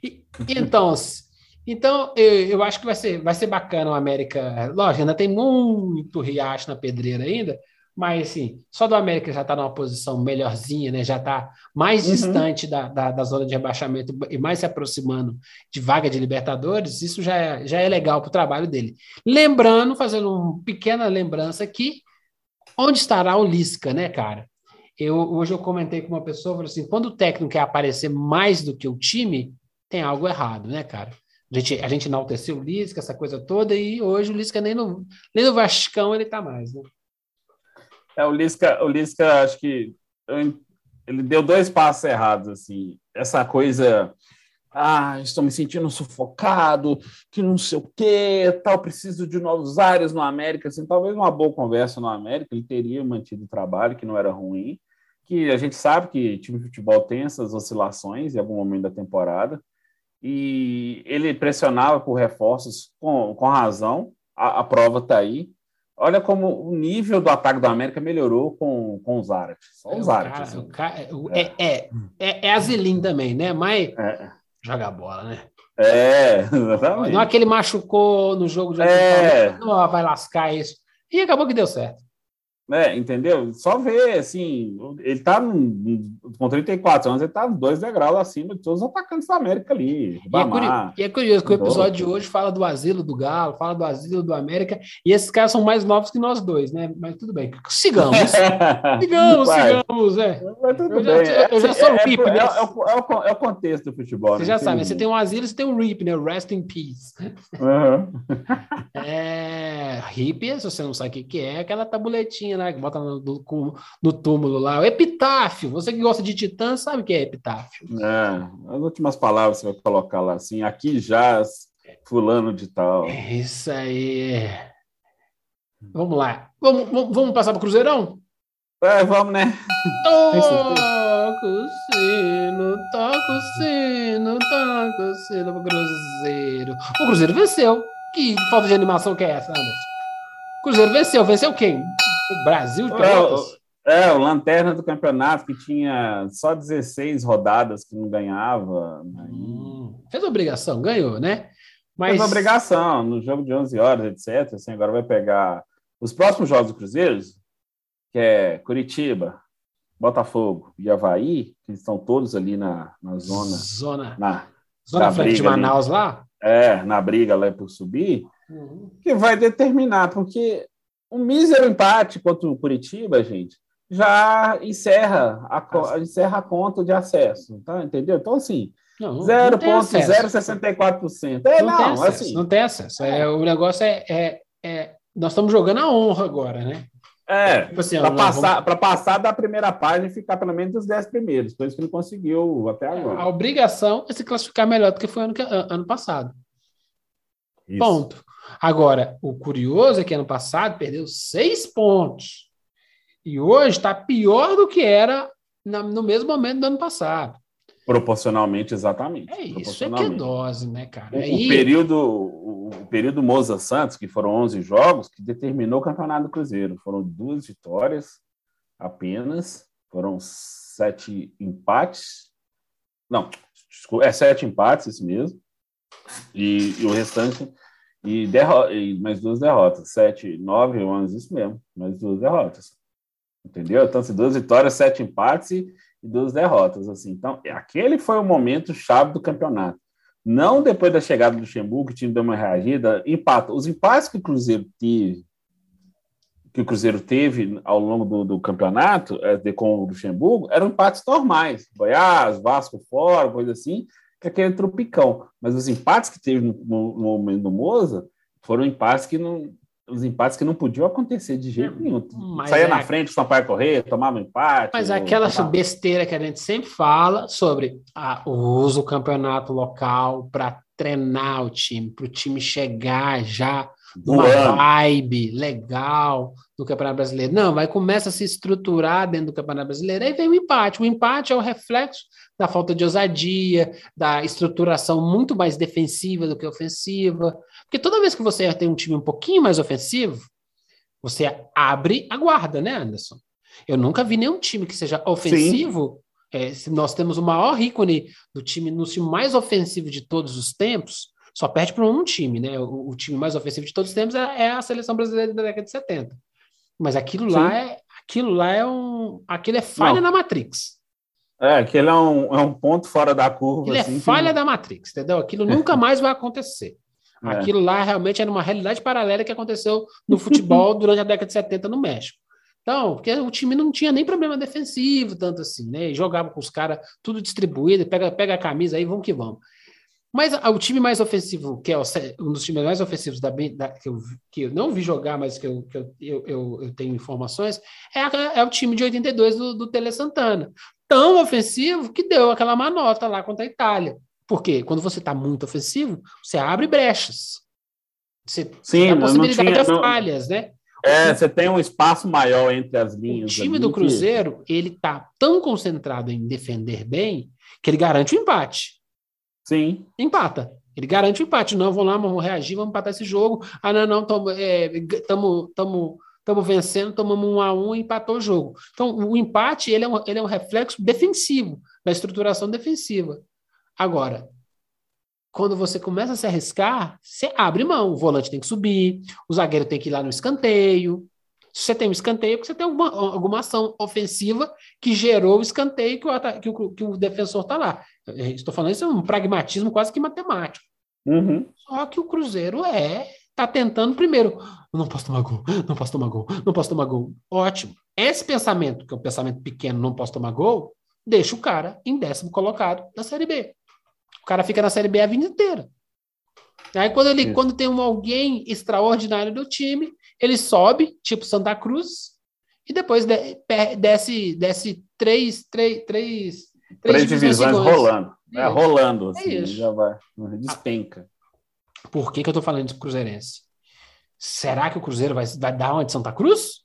S1: Então eu acho que vai ser bacana o América. Lógico, ainda tem muito riacho na pedreira ainda, mas assim, só do América já está numa posição melhorzinha, né? Já está mais distante da zona de rebaixamento e mais se aproximando de vaga de Libertadores. Isso já é legal para o trabalho dele. Lembrando, fazendo uma pequena lembrança aqui, onde estará o Lisca, né, cara? Hoje eu comentei com uma pessoa, falei assim, quando o técnico quer aparecer mais do que o time, tem algo errado, né, cara? A gente enalteceu o Lisca, essa coisa toda, e hoje o Lisca nem no Vascão ele tá mais, né?
S2: O Lisca, acho que ele deu 2 passos errados, assim. Essa coisa, estou me sentindo sufocado, que não sei o quê, tal, preciso de novos ares no América, assim, talvez uma boa conversa no América, ele teria mantido o trabalho, que não era ruim, que a gente sabe que time de futebol tem essas oscilações em algum momento da temporada, e ele pressionava por reforços com razão, a prova está aí. Olha como o nível do ataque do América melhorou com os Zárate. Só os Zárate. Assim.
S1: É Azilim também, né? Mas joga bola, né?
S2: Exatamente.
S1: Não é que ele machucou no jogo de não vai lascar isso. E acabou que deu certo.
S2: Entendeu? Só ver, assim, ele tá com 34 anos, ele tá 2 degraus acima de todos os atacantes da América ali.
S1: E é curioso que o episódio de hoje fala do asilo do Galo, fala do asilo do América, e esses caras são mais novos que nós dois, né? Mas tudo bem, sigamos. sigamos,
S2: Mas tudo bem.
S1: Eu já sou o RIP, né?
S2: É o contexto do futebol.
S1: Você já sabe, você tem um asilo e você tem um RIP, né? Rest in Peace. RIP, se você não sabe o que é aquela tabuletinha, né, que bota no túmulo lá. O epitáfio. Você que gosta de Titã sabe o que é epitáfio.
S2: As últimas palavras você vai colocar lá assim, aqui jaz fulano de tal.
S1: É isso aí. Vamos lá. Vamos passar para o Cruzeirão?
S2: Vamos, né?
S1: Toca o sino pro Cruzeiro. O Cruzeiro venceu. Que falta de animação que é essa, Anderson? O Cruzeiro venceu. Venceu quem? O Brasil de Pelotas?
S2: O lanterna do campeonato que tinha só 16 rodadas que não ganhava.
S1: Fez obrigação, ganhou, né?
S2: Fez obrigação no jogo de 11 horas, etc. Assim, agora vai pegar os próximos jogos do Cruzeiro, que é Curitiba, Botafogo e Avaí, que estão todos ali na zona
S1: na frente de Manaus ali, lá?
S2: Na briga lá por subir, que vai determinar, porque um mísero empate contra o Curitiba, gente, já encerra a conta de acesso, tá? Entendeu? Então, assim, 0,064%.
S1: Não tem acesso. O negócio nós estamos jogando a honra agora, né?
S2: Tipo assim, para passar da primeira página e ficar pelo menos os 10 primeiros, coisa que não conseguiu até agora.
S1: A obrigação é se classificar melhor do que foi ano passado. Isso. Ponto. Agora, o curioso é que ano passado perdeu 6 pontos. E hoje está pior do que era no mesmo momento do ano passado.
S2: Proporcionalmente, exatamente.
S1: Isso é que é dose, né, cara?
S2: O período Moza Santos, que foram 11 jogos, que determinou o campeonato do Cruzeiro. Foram 2 vitórias apenas, foram 7 empates. Não, desculpa, 7 empates, isso mesmo. E o restante... E mais 2 derrotas. 7, 9, 11, isso mesmo. Mais 2 derrotas. Entendeu? Então, 2 vitórias, 7 empates e 2 derrotas. Assim. Então, aquele foi o momento chave do campeonato. Não depois da chegada do Luxemburgo, que o time deu uma reagida, empata. Os empates que o Cruzeiro teve ao longo do campeonato com o Luxemburgo eram empates normais. Goiás, Vasco fora, coisa assim, que é aquele tropicão. Mas os empates que teve no momento do Moza foram empates que não podiam acontecer de jeito nenhum. Saía na frente, o Sampaio correr, tomava um empate.
S1: Mas aquela besteira que a gente sempre fala sobre usa o campeonato local para treinar o time, para o time chegar já numa vibe legal do Campeonato Brasileiro. Não, começa a se estruturar dentro do Campeonato Brasileiro, aí vem o empate. O empate é o reflexo da falta de ousadia, da estruturação muito mais defensiva do que ofensiva. Porque toda vez que você tem um time um pouquinho mais ofensivo, você abre a guarda, né, Anderson? Eu nunca vi nenhum time que seja ofensivo. Nós temos o maior ícone do time, no time mais ofensivo de todos os tempos, só perde para um time, né? O time mais ofensivo de todos os tempos é a seleção brasileira da década de 70. Mas aquilo é falha na Matrix.
S2: Aquele é um ponto fora da curva.
S1: Aquilo é falha da Matrix, entendeu? Aquilo nunca mais vai acontecer. Aquilo lá realmente era uma realidade paralela que aconteceu no futebol durante a década de 70 no México. Então, porque o time não tinha nem problema defensivo, tanto assim, né? Jogava com os caras tudo distribuído, pega a camisa aí, vamos que vamos. Mas o time mais ofensivo, que é um dos times mais ofensivos que eu não vi jogar, mas que eu tenho informações, é o time de 82 do Tele Santana. Tão ofensivo que deu aquela manota lá contra a Itália. Porque quando você está muito ofensivo, você abre brechas. Você tem a possibilidade de falhas, né?
S2: Você tem um espaço maior entre as linhas.
S1: O time do Cruzeiro, ele está tão concentrado em defender bem que ele garante o empate.
S2: Sim.
S1: Empata. Ele garante o empate. Não, vamos lá, vamos reagir, vamos empatar esse jogo. Estamos vencendo, tomamos 1-1 e empatou o jogo. Então, o empate ele é um reflexo defensivo, da estruturação defensiva. Agora, quando você começa a se arriscar, você abre mão. O volante tem que subir, o zagueiro tem que ir lá no escanteio. Se você tem um escanteio, você tem alguma ação ofensiva que gerou o escanteio que o defensor está lá. Estou falando isso é um pragmatismo quase que matemático.
S2: Uhum.
S1: Só que o Cruzeiro está tentando primeiro. Não posso tomar gol, não posso tomar gol, não posso tomar gol. Ótimo. Esse pensamento, que é um pensamento pequeno, não posso tomar gol, deixa o cara em 10º colocado na Série B. O cara fica na Série B a vida inteira. Aí quando tem alguém extraordinário do time, ele sobe, tipo Santa Cruz, e depois desce três
S2: divisões rolando. Rolando, assim, já vai, despenca.
S1: Por que eu tô falando de Cruzeirense? Será que o Cruzeiro vai dar uma de Santa Cruz?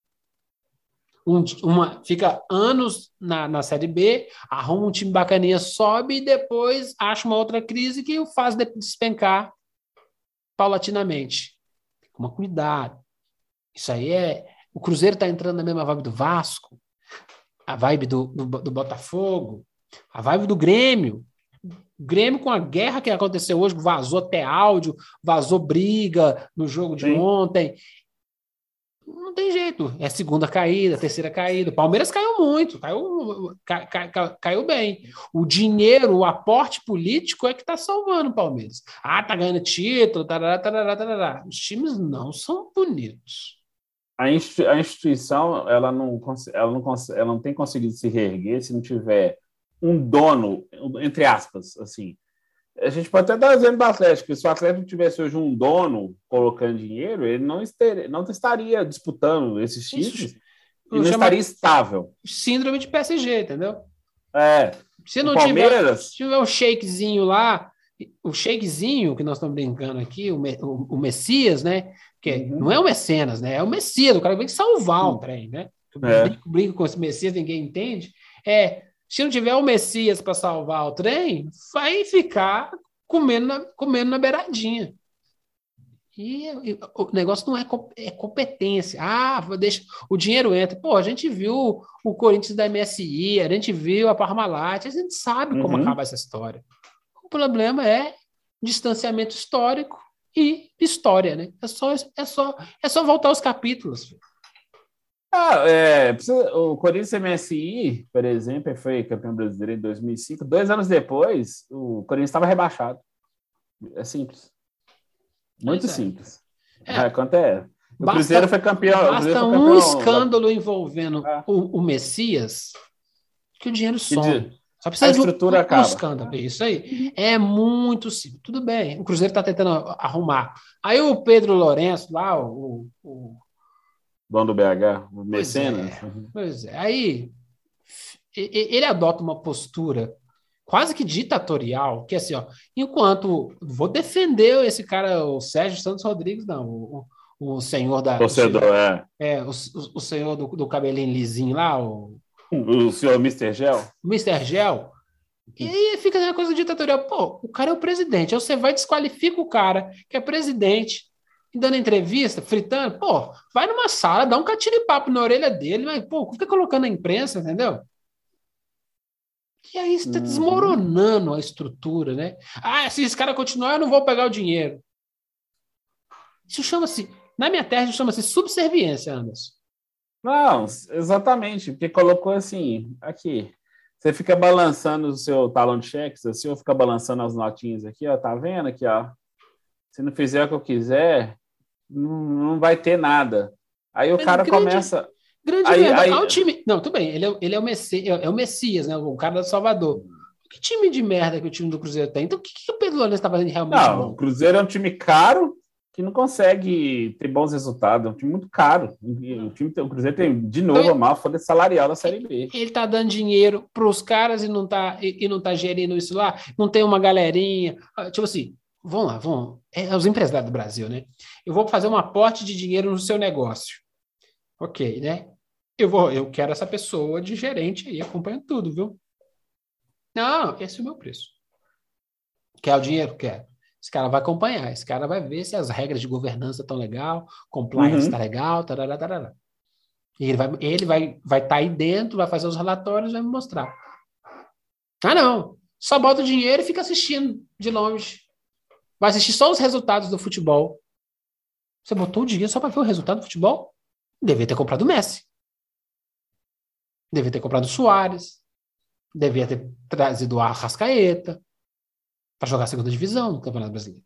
S1: Fica anos na Série B, arruma um time bacaninha, sobe e depois acha uma outra crise que o faz despencar paulatinamente. Toma cuidado. Isso aí o Cruzeiro está entrando na mesma vibe do Vasco, a vibe do Botafogo, a vibe do Grêmio. Grêmio com a guerra que aconteceu hoje, vazou até áudio, vazou briga no jogo de ontem. Não tem jeito. É a segunda caída, a terceira caída. O Palmeiras caiu muito, caiu bem. O dinheiro, o aporte político é que está salvando o Palmeiras. Tá ganhando título, tarará. Os times não são bonitos.
S2: A instituição ela não tem conseguido se reerguer se não tiver um dono, entre aspas, assim. A gente pode até dar exemplo do Atlético. Se o Atlético tivesse hoje um dono colocando dinheiro, ele não estaria disputando esses títulos e não estaria estável.
S1: Síndrome de PSG, entendeu? Se não tiver o shakezinho lá, o shakezinho que nós estamos brincando aqui, o Messias, né? Que não é o Mecenas, né? É o Messias, o cara vem salvar o trem, né? Brinco com esse Messias, ninguém entende. Se não tiver o Messias para salvar o trem, vai ficar comendo na beiradinha. E o negócio não é competência. Deixa, o dinheiro entra. Pô, a gente viu o Corinthians da MSI, a gente viu a Parmalat, a gente sabe como acaba essa história. O problema é distanciamento histórico e história, né? É só voltar aos capítulos.
S2: O Corinthians MSI, por exemplo, foi campeão brasileiro em 2005. 2 anos depois, o Corinthians estava rebaixado. É simples. Muito simples. Acontece. O Cruzeiro foi campeão.
S1: Basta um escândalo envolvendo o Messias que o dinheiro some. Só precisa de um escândalo. Isso aí. É muito simples. Tudo bem. O Cruzeiro está tentando arrumar. Aí o Pedro Lourenço, lá, o
S2: dono do BH, o Mecenas.
S1: Pois é. Aí ele adota uma postura quase que ditatorial, que é assim, ó, enquanto vou defender esse cara, o Sérgio Santos Rodrigues, não, o senhor da...
S2: Torcedor,
S1: o senhor do cabelinho lisinho lá, o
S2: senhor Mr. Gel.
S1: Mr. Gel. E aí fica uma coisa ditatorial. Pô, o cara é o presidente. Aí você vai e desqualifica o cara que é presidente, dando entrevista, fritando. Pô, vai numa sala, dá um catiripapo na orelha dele, mas, pô, fica colocando a imprensa, entendeu? E aí você está desmoronando a estrutura, né? Se esse cara continuar, eu não vou pegar o dinheiro. Isso chama-se, na minha terra, isso chama-se subserviência, Anderson.
S2: Não, exatamente, porque colocou assim, aqui, você fica balançando o seu talão de cheques, assim, ou fica balançando as notinhas aqui, ó, tá vendo aqui, ó? Se não fizer o que eu quiser, não vai ter nada. Aí o cara começa...
S1: Grande merda. O time... Não, tudo bem, ele é o Messias, né? O cara do Salvador. Que time de merda que o time do Cruzeiro tem? Então, o que o Pedro Lourenço está fazendo realmente bom?
S2: O Cruzeiro é um time caro que não consegue ter bons resultados. É um time muito caro. O Cruzeiro tem, de novo, a maior folha salarial da Série B.
S1: Ele está dando dinheiro para os caras e não tá gerindo isso lá. Não tem uma galerinha. Tipo assim, vamos lá. É os empresários do Brasil, né? Eu vou fazer um aporte de dinheiro no seu negócio. Ok, né? Eu quero essa pessoa de gerente aí, acompanhando tudo, viu? Não, esse é o meu preço. Quer o dinheiro? Quer. Esse cara vai acompanhar, esse cara vai ver se as regras de governança estão legal, compliance está legal, tarará, tarará. E ele vai estar aí dentro, vai fazer os relatórios, vai me mostrar. Não. Só bota o dinheiro e fica assistindo de longe. Vai assistir só os resultados do futebol. Você botou o dinheiro só para ver o resultado do futebol? Devia ter comprado o Messi. Devia ter comprado o Suárez. Devia ter trazido o Arrascaeta para jogar a segunda divisão do Campeonato Brasileiro.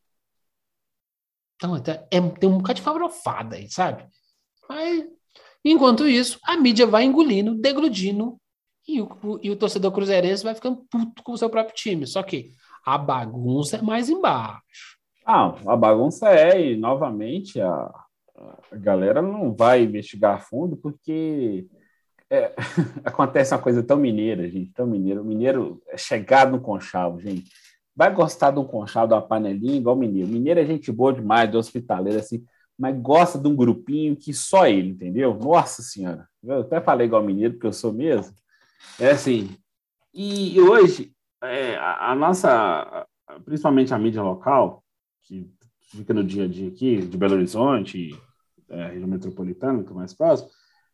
S1: Então, tem um bocado de fabrofada aí, sabe? Mas, enquanto isso, a mídia vai engolindo, degludindo, e o torcedor cruzeirense vai ficando puto com o seu próprio time. Só que a bagunça é mais embaixo.
S2: A bagunça e novamente a galera não vai investigar a fundo porque acontece uma coisa tão mineira, gente, tão mineiro. O mineiro é chegado no conchavo, gente. Vai gostar de um conchavo, de uma panelinha igual o mineiro. Mineiro é gente boa demais, de hospitaleiro, assim, mas gosta de um grupinho que só ele, entendeu? Nossa Senhora. Eu até falei igual mineiro, porque eu sou mesmo. É assim. E hoje, a nossa, principalmente a mídia local, que fica no dia a dia aqui, de Belo Horizonte, região metropolitana, que é mais próximo,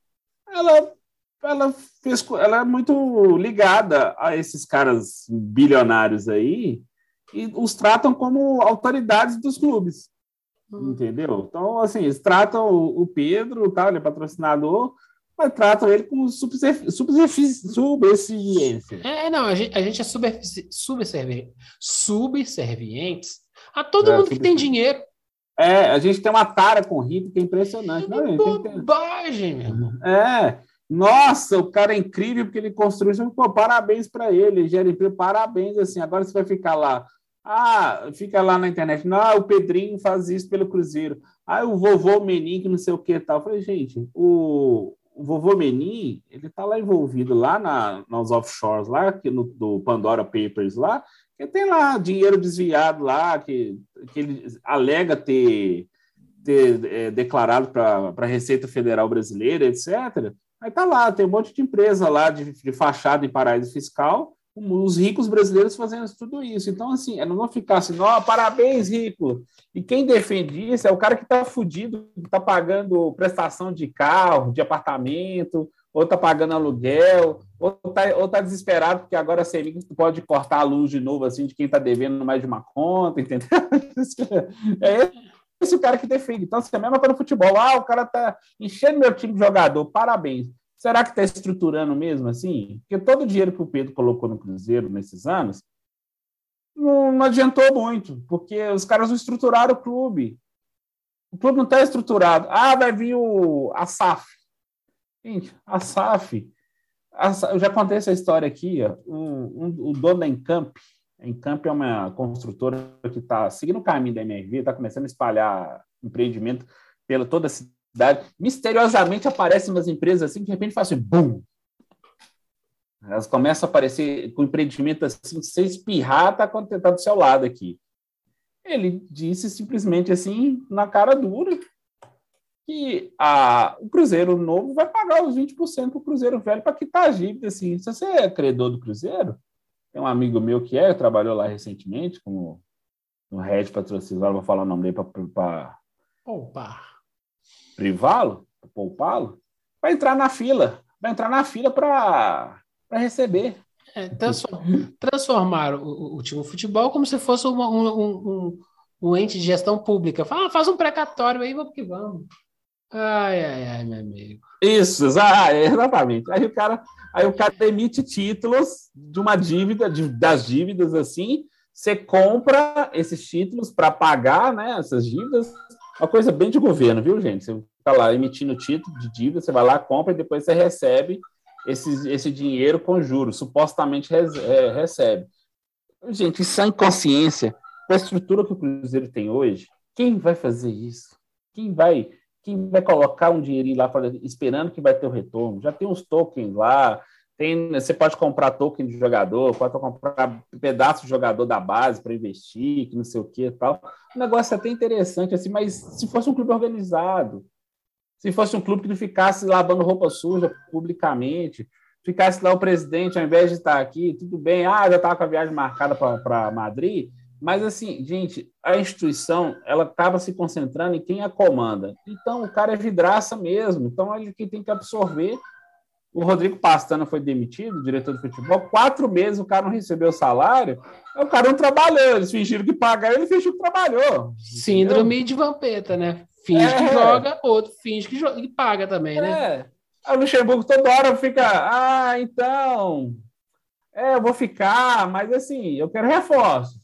S2: ela é muito ligada a esses caras bilionários aí e os tratam como autoridades dos clubes, entendeu? Então, assim, eles tratam o Pedro, tá, ele é patrocinador, mas tratam ele com subserviência.
S1: A gente é subservientes a todo mundo que tem dinheiro.
S2: A gente tem uma tara com o rico que é impressionante.
S1: Bobagem, meu irmão.
S2: Nossa, o cara é incrível porque ele construiu. Pô, parabéns para ele gera emprego, parabéns, assim. Agora você vai ficar lá. Fica lá na internet. Não, o Pedrinho faz isso pelo Cruzeiro. O vovô Menin, que não sei o que tal. Eu falei, gente, o vovô Menin, ele tá lá envolvido lá nos offshores, lá do Pandora Papers lá, que tem lá dinheiro desviado lá, que ele alega ter declarado para a Receita Federal Brasileira, etc. Aí tá lá, tem um monte de empresa lá de fachada em paraíso fiscal, os ricos brasileiros fazendo tudo isso. Então, assim, não ficar assim, parabéns, rico. E quem defende isso é o cara que está fudido, que está pagando prestação de carro, de apartamento, ou está pagando aluguel, ou tá desesperado porque agora a CEMIG pode cortar a luz de novo, assim, de quem está devendo mais de uma conta, entendeu? esse cara que define. Então, assim, a mesma coisa no futebol. O cara tá enchendo meu time de jogador, parabéns. Será que está estruturando mesmo assim? Porque todo o dinheiro que o Pedro colocou no Cruzeiro nesses anos não adiantou muito, porque os caras não estruturaram o clube. O clube não está estruturado. Vai vir a SAF. Gente, a SAF... Eu já contei essa história aqui. Ó. O dono da Encamp é uma construtora que está seguindo o caminho da MRV, está começando a espalhar empreendimento pela toda a cidade. Misteriosamente aparecem umas empresas assim, que de repente fazem BUM! Elas começam a aparecer com empreendimento assim, sem espirrar, está do seu lado aqui. Ele disse simplesmente assim, na cara dura, que o Cruzeiro novo vai pagar os 20% para o Cruzeiro velho para quitar a dívida. Assim. Se você é credor do Cruzeiro, tem um amigo meu que trabalhou lá recentemente, como no Red Patrocinador, vou falar o nome dele para privá-lo, para poupá-lo, vai entrar na fila para receber.
S1: Transformar o time de futebol como se fosse um ente de gestão pública. Faz um precatório aí, vamos que vamos. Ai, meu amigo.
S2: Isso, exatamente. Aí o cara emite títulos de uma dívida, das dívidas, assim, você compra esses títulos para pagar, né, essas dívidas, uma coisa bem de governo, viu, gente? Você está lá emitindo título de dívida, você vai lá, compra e depois você recebe esse dinheiro com juros, supostamente recebe. Gente, isso é inconsciência. Com a estrutura que o Cruzeiro tem hoje, quem vai fazer isso? Quem vai colocar um dinheirinho lá esperando que vai ter o retorno? Já tem uns tokens lá, você pode comprar token de jogador, pode comprar pedaço de jogador da base para investir, que não sei o que e tal. O negócio é até interessante, assim, mas se fosse um clube organizado, se fosse um clube que não ficasse lavando roupa suja publicamente, ficasse lá o presidente, ao invés de estar aqui, tudo bem, já estava com a viagem marcada para Madrid, mas assim, gente, a instituição, ela acaba se concentrando em quem a comanda. Então, o cara é vidraça mesmo, então ele que tem que absorver. O Rodrigo Pastana foi demitido, diretor de futebol, 4 meses o cara não recebeu salário, o cara não trabalhou, eles fingiram que pagaram, ele fingiu que trabalhou.
S1: Síndrome de Vampeta, né? Finge que joga, outro finge que joga, e paga também, né?
S2: O Luxemburgo toda hora fica, então, eu vou ficar, mas assim, eu quero reforço.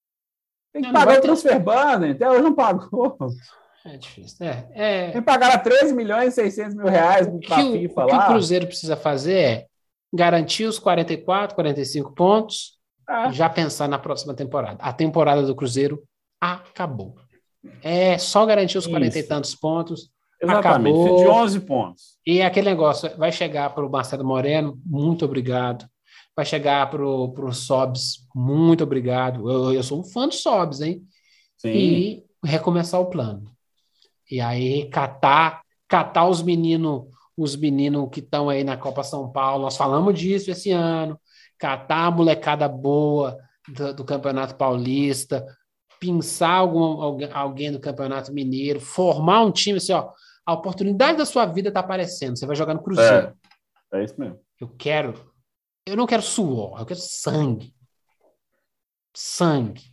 S2: Tem que pagar o transfer ban, até hoje não pagou.
S1: É difícil.
S2: Tem que pagar 13 milhões e 600 mil reais para a FIFA lá.
S1: O que o Cruzeiro precisa fazer é garantir os 44, 45 pontos e já pensar na próxima temporada. A temporada do Cruzeiro acabou. É só garantir os 40 e tantos pontos.
S2: Exatamente, acabou. De 11 pontos.
S1: E aquele negócio vai chegar para o Marcelo Moreno, muito obrigado. Vai chegar para o Sobs, muito obrigado. Eu sou um fã do Sobs, hein?
S2: Sim.
S1: E recomeçar o plano. E aí catar os meninos que estão aí na Copa São Paulo. Nós falamos disso esse ano. Catar a molecada boa do Campeonato Paulista, pinçar alguém do Campeonato Mineiro, formar um time assim, ó. A oportunidade da sua vida está aparecendo. Você vai jogar no Cruzeiro.
S2: É isso mesmo.
S1: Eu não quero suor, eu quero sangue. Sangue.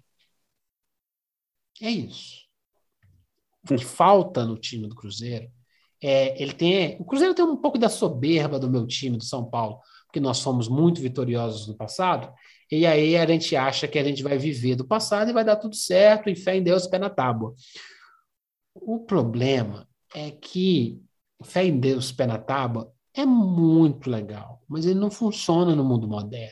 S1: É isso. O que falta no time do Cruzeiro o Cruzeiro tem um pouco da soberba do meu time, do São Paulo, porque nós fomos muito vitoriosos no passado, e aí a gente acha que a gente vai viver do passado e vai dar tudo certo, e fé em Deus, pé na tábua. O problema é que fé em Deus, pé na tábua é muito legal, mas ele não funciona no mundo moderno.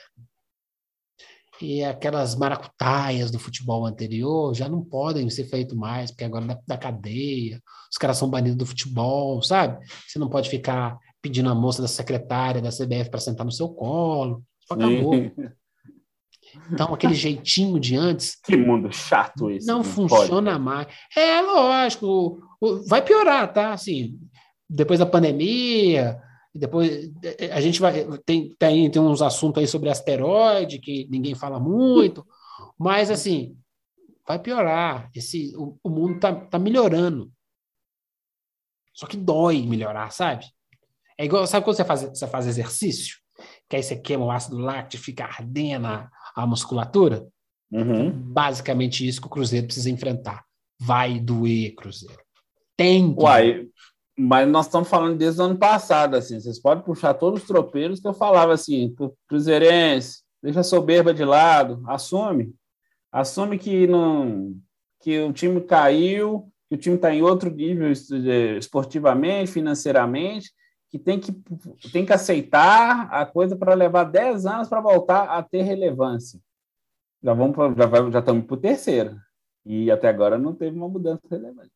S1: E aquelas maracutaias do futebol anterior já não podem ser feito mais, porque agora da cadeia, os caras são banidos do futebol, sabe? Você não pode ficar pedindo a moça da secretária da CBF para sentar no seu colo. Acabou. Então, aquele jeitinho de antes...
S2: Que mundo chato esse.
S1: Não funciona mais. Lógico. Vai piorar, tá? Assim, depois da pandemia... Depois a gente tem uns assuntos aí sobre asteroide que ninguém fala muito, mas assim vai piorar. O mundo tá melhorando, só que dói melhorar, sabe? É igual, sabe quando você faz exercício, que aí você queima o ácido láctico, fica ardendo a musculatura?
S2: Uhum.
S1: Basicamente isso que o Cruzeiro precisa enfrentar. vai doer, Cruzeiro. Tem que.
S2: Uai, mas nós estamos falando desde o ano passado, assim, vocês podem puxar todos os tropeiros que eu falava assim, cruzeirense, deixa a soberba de lado, assume que não, que o time caiu, que o time está em outro nível esportivamente, financeiramente, que tem que aceitar a coisa para levar 10 anos para voltar a ter relevância. Já estamos para o terceiro, e até agora não teve uma mudança relevante.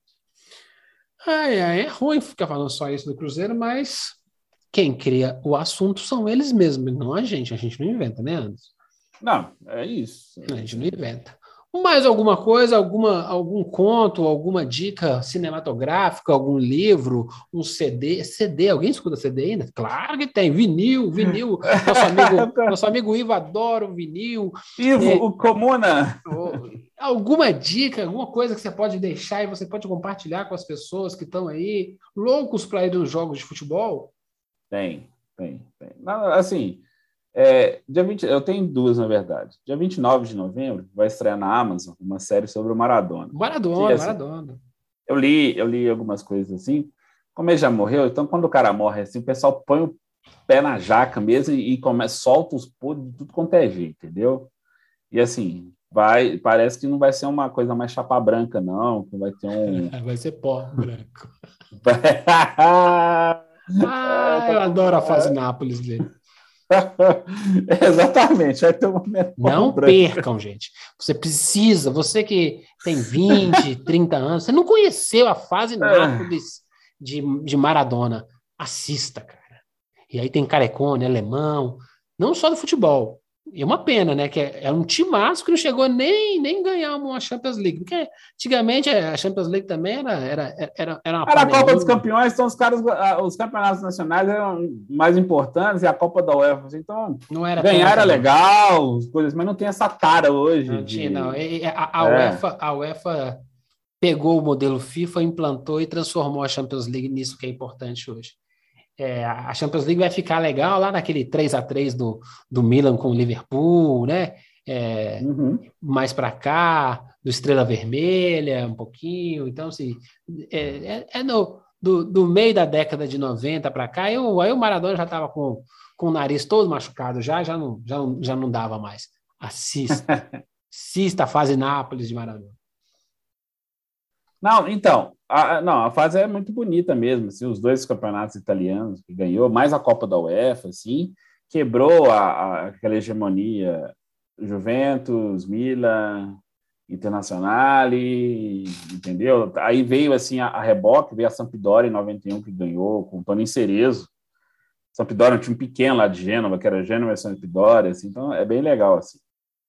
S1: É ruim ficar falando só isso do Cruzeiro, mas quem cria o assunto são eles mesmos, não a gente não inventa, né, Anderson?
S2: Não, é isso.
S1: A gente não inventa. Mais alguma coisa, algum conto, alguma dica cinematográfica, algum livro, um CD? CD, alguém escuta CD ainda? Claro que tem. Vinil. Nosso amigo Ivo adora o vinil.
S2: Ivo, o Comuna.
S1: Alguma dica, alguma coisa que você pode deixar e você pode compartilhar com as pessoas que estão aí loucos para ir nos jogos de futebol?
S2: Tem. Assim, dia 20, eu tenho duas, na verdade. Dia 29 de novembro vai estrear na Amazon uma série sobre o Maradona.
S1: Maradona.
S2: Eu li algumas coisas assim. Como ele já morreu, então quando o cara morre assim, o pessoal põe o pé na jaca mesmo e solta os podres de tudo quanto é jeito, entendeu? E assim, parece que não vai ser uma coisa mais chapa branca, não, que vai ter um...
S1: Vai ser pó branco. Eu adoro a fase Nápoles dele.
S2: Exatamente, vai ter um momento.
S1: Não percam, gente. Você que tem 20, 30 anos, você não conheceu a fase Nápoles de Maradona. Assista, cara. E aí tem Carecone, alemão, não só do futebol. E é uma pena, né? Que é um timaço que não chegou nem ganhar uma Champions League. Porque antigamente a Champions League também era uma
S2: a Copa dos Campeões, então os campeonatos nacionais eram mais importantes e a Copa da UEFA. Então,
S1: não era
S2: ganhar era legal, coisas, mas não tem essa tara hoje.
S1: Não tinha, não. A UEFA pegou o modelo FIFA, implantou e transformou a Champions League nisso que é importante hoje. A Champions League vai ficar legal lá naquele 3-3 do Milan com o Liverpool, né? Mais para cá, do Estrela Vermelha, um pouquinho. Então, assim, do meio da década de 90 para cá, aí o Maradona já estava com o nariz todo machucado, já não dava mais. Assista a fase Nápoles de Maradona.
S2: Não, então, a fase é muito bonita mesmo, assim, os dois campeonatos italianos que ganhou, mais a Copa da UEFA, assim, quebrou aquela hegemonia Juventus, Milan, Internazionale, entendeu? Aí veio, assim, a reboque, veio a Sampdoria em 91, que ganhou, com o Toninho Cerezo. Sampdoria é um time pequeno lá de Gênova, que era Gênova e Sampdoria, assim, então é bem legal, assim.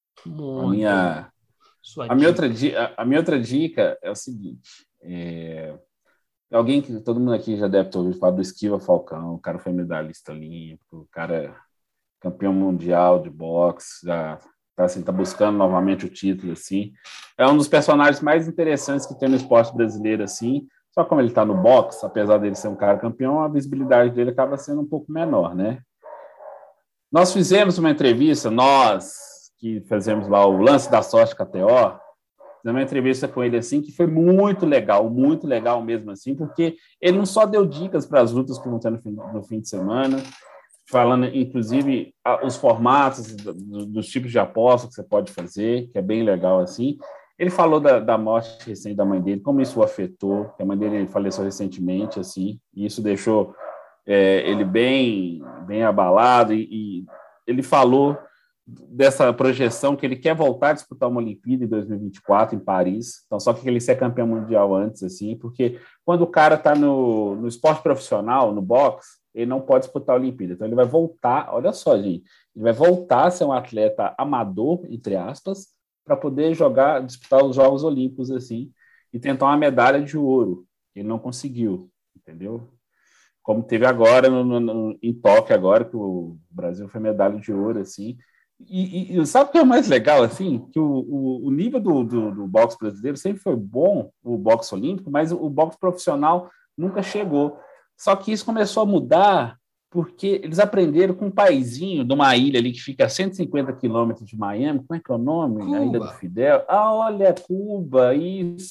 S2: A minha outra dica é o seguinte, alguém que todo mundo aqui já deve ter ouvido falar do Esquiva Falcão, o cara foi medalhista olímpico, o cara é campeão mundial de boxe, já tá buscando novamente o título, assim. É um dos personagens mais interessantes que tem no esporte brasileiro, assim, só como ele está no boxe, apesar dele ser um cara campeão, a visibilidade dele acaba sendo um pouco menor, né? Nós fizemos uma entrevista, que fazemos lá o Lance da Sorte KTO, fizemos uma entrevista com ele assim, que foi muito legal mesmo assim, porque ele não só deu dicas para as lutas que vão ter no fim de semana, falando inclusive os formatos dos tipos de aposta que você pode fazer, que é bem legal assim. Ele falou da morte recente da mãe dele, como isso o afetou, que a mãe dele faleceu recentemente, assim, e isso deixou ele bem abalado, e ele falou dessa projeção que ele quer voltar a disputar uma Olimpíada em 2024 em Paris, então só que ele ser campeão mundial antes, assim, porque quando o cara está no esporte profissional, no boxe, ele não pode disputar a Olimpíada, então ele vai voltar, olha só, gente, ele vai voltar a ser um atleta amador, entre aspas, para poder disputar os Jogos Olímpicos, assim, e tentar uma medalha de ouro, ele não conseguiu, entendeu? Como teve agora em Tóquio, agora, que o Brasil foi medalha de ouro, assim. E sabe o que é o mais legal, assim? Que o nível do boxe brasileiro sempre foi bom, o boxe olímpico, mas o boxe profissional nunca chegou. Só que isso começou a mudar porque eles aprenderam com um paizinho de uma ilha ali que fica a 150 quilômetros de Miami. Como é que é o nome?
S1: Cuba.
S2: A Ilha do Fidel. Olha, Cuba, isso.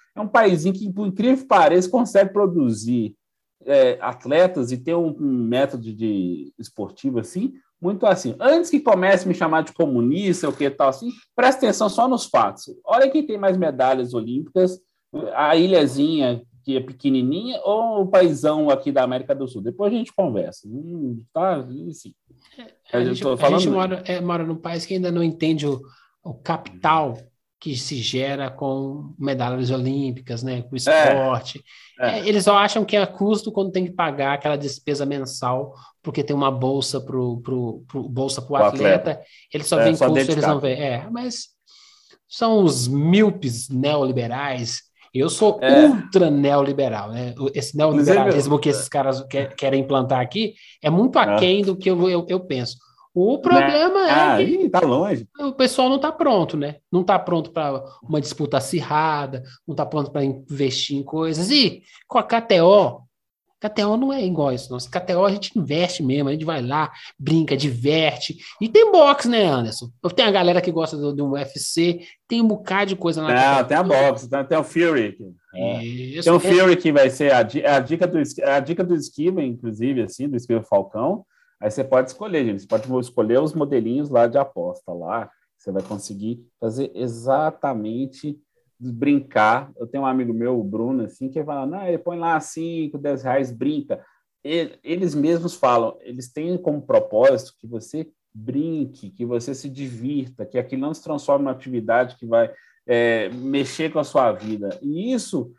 S2: é um paísinho que, por incrível que pareça, consegue produzir atletas e ter um método de esportivo assim, muito assim. Antes que comece a me chamar de comunista ou que tal assim, presta atenção só nos fatos. Olha quem tem mais medalhas olímpicas, a ilhazinha que é pequenininha ou o paizão aqui da América do Sul. Depois a gente conversa. Tá? Assim.
S1: A gente mora num país que ainda não entende o capital que se gera com medalhas olímpicas, né, com esporte. Eles só acham que é custo quando tem que pagar aquela despesa mensal, porque tem uma bolsa pro atleta. Eles só veem custo, dedicado. Eles não veem. Mas são os míopes neoliberais. Eu sou ultra neoliberal, né? Esse neoliberalismo que esses caras querem implantar aqui é muito aquém do que eu penso. O problema é que
S2: tá longe.
S1: O pessoal não está pronto, né? Não está pronto para uma disputa acirrada, não está pronto para investir em coisas. E com a KTO não é igual isso. Nossa, KTO a gente investe mesmo, a gente vai lá, brinca, diverte. E tem boxe, né, Anderson? Tem a galera que gosta do UFC, tem um bocado de coisa na KTO.
S2: Tem a boxe, tem o Fury. Tem o Fury que vai ser a dica do esquiva, inclusive, assim, do esquiva Falcão. Aí você pode escolher, gente. Você pode escolher os modelinhos lá de aposta lá. Você vai conseguir fazer exatamente brincar. Eu tenho um amigo meu, o Bruno, assim, que fala, ele põe lá 5, 10 reais, brinca. Eles mesmos falam, eles têm como propósito que você brinque, que você se divirta, que aquilo não se transforme numa atividade que vai mexer com a sua vida. E isso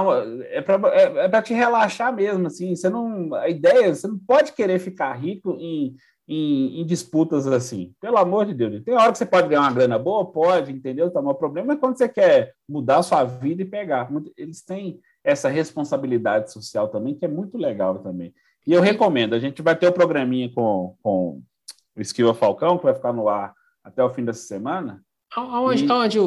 S2: é para te relaxar mesmo, assim. A ideia, você não pode querer ficar rico em disputas assim. Pelo amor de Deus. Tem hora que você pode ganhar uma grana boa, pode, entendeu? Tá, o problema é quando você quer mudar a sua vida e pegar. Eles têm essa responsabilidade social também, que é muito legal também. E eu recomendo, a gente vai ter o programinha com o Esquiva Falcão, que vai ficar no ar até o fim dessa semana.
S1: Onde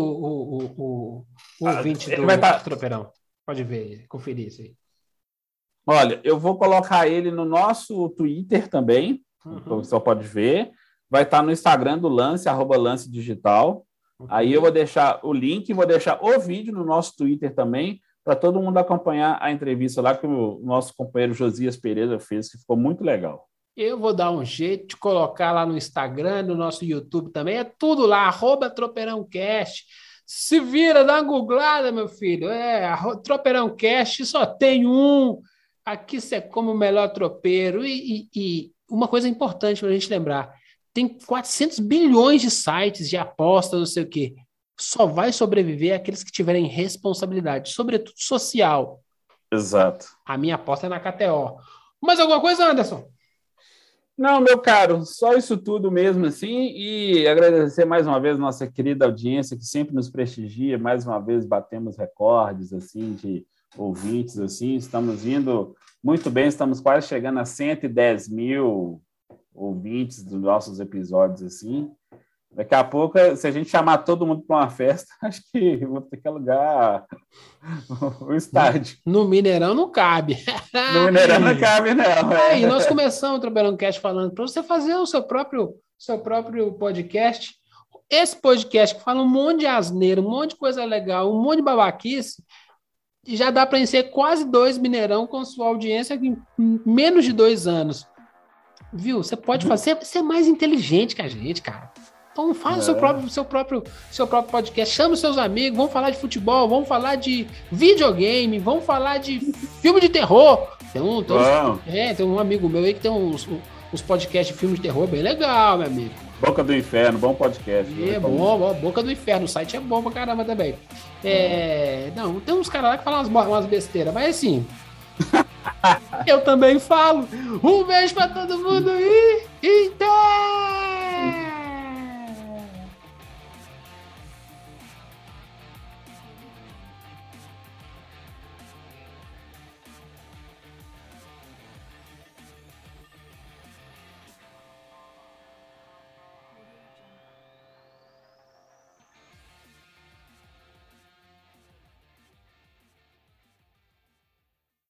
S1: o ouvinte do Tropeirão pode ver, conferir isso aí?
S2: Olha, eu vou colocar ele no nosso Twitter também, o pessoal pode ver. Vai estar no Instagram do Lance, @Lance Digital. Aí eu vou deixar o link, vou deixar o vídeo no nosso Twitter também, para todo mundo acompanhar a entrevista lá que o nosso companheiro Josias Pereira fez, que ficou muito legal.
S1: Eu vou dar um jeito de colocar lá no Instagram, no nosso YouTube também, é tudo lá, @TropeirãoCast. Se vira, dá uma googlada, meu filho. TropeirãoCast, só tem um. Aqui você é como o melhor tropeiro. E uma coisa importante para a gente lembrar, tem 400 bilhões de sites de apostas, não sei o quê. Só vai sobreviver aqueles que tiverem responsabilidade, sobretudo social.
S2: Exato.
S1: A minha aposta é na KTO. Mais alguma coisa, Anderson?
S2: Não, meu caro, só isso tudo mesmo, assim, e agradecer mais uma vez nossa querida audiência, que sempre nos prestigia, mais uma vez batemos recordes, assim, de ouvintes, assim, estamos indo muito bem, estamos quase chegando a 110 mil ouvintes dos nossos episódios, assim. Daqui a pouco, se a gente chamar todo mundo para uma festa, acho que vou ter que alugar o estádio.
S1: No Mineirão não cabe.
S2: No Mineirão não cabe, não.
S1: E nós começamos o Tropeirão Cast falando para você fazer o seu próprio podcast. Esse podcast que fala um monte de asneira, um monte de coisa legal, um monte de babaquice, e já dá para encher quase 2 Mineirão com sua audiência em menos de 2 anos. Viu? Você pode fazer, você é mais inteligente que a gente, cara. Então faz o seu próprio podcast, chama os seus amigos, vamos falar de futebol, vamos falar de videogame, vamos falar de filme de terror. Tem um amigo meu aí que tem uns podcasts de filme de terror bem legal, meu amigo.
S2: Boca do Inferno, bom podcast.
S1: Bom, Boca do Inferno, o site é bom pra caramba também. Não, tem uns caras lá que falam umas besteiras, mas assim, eu também falo. Um beijo pra todo mundo e até!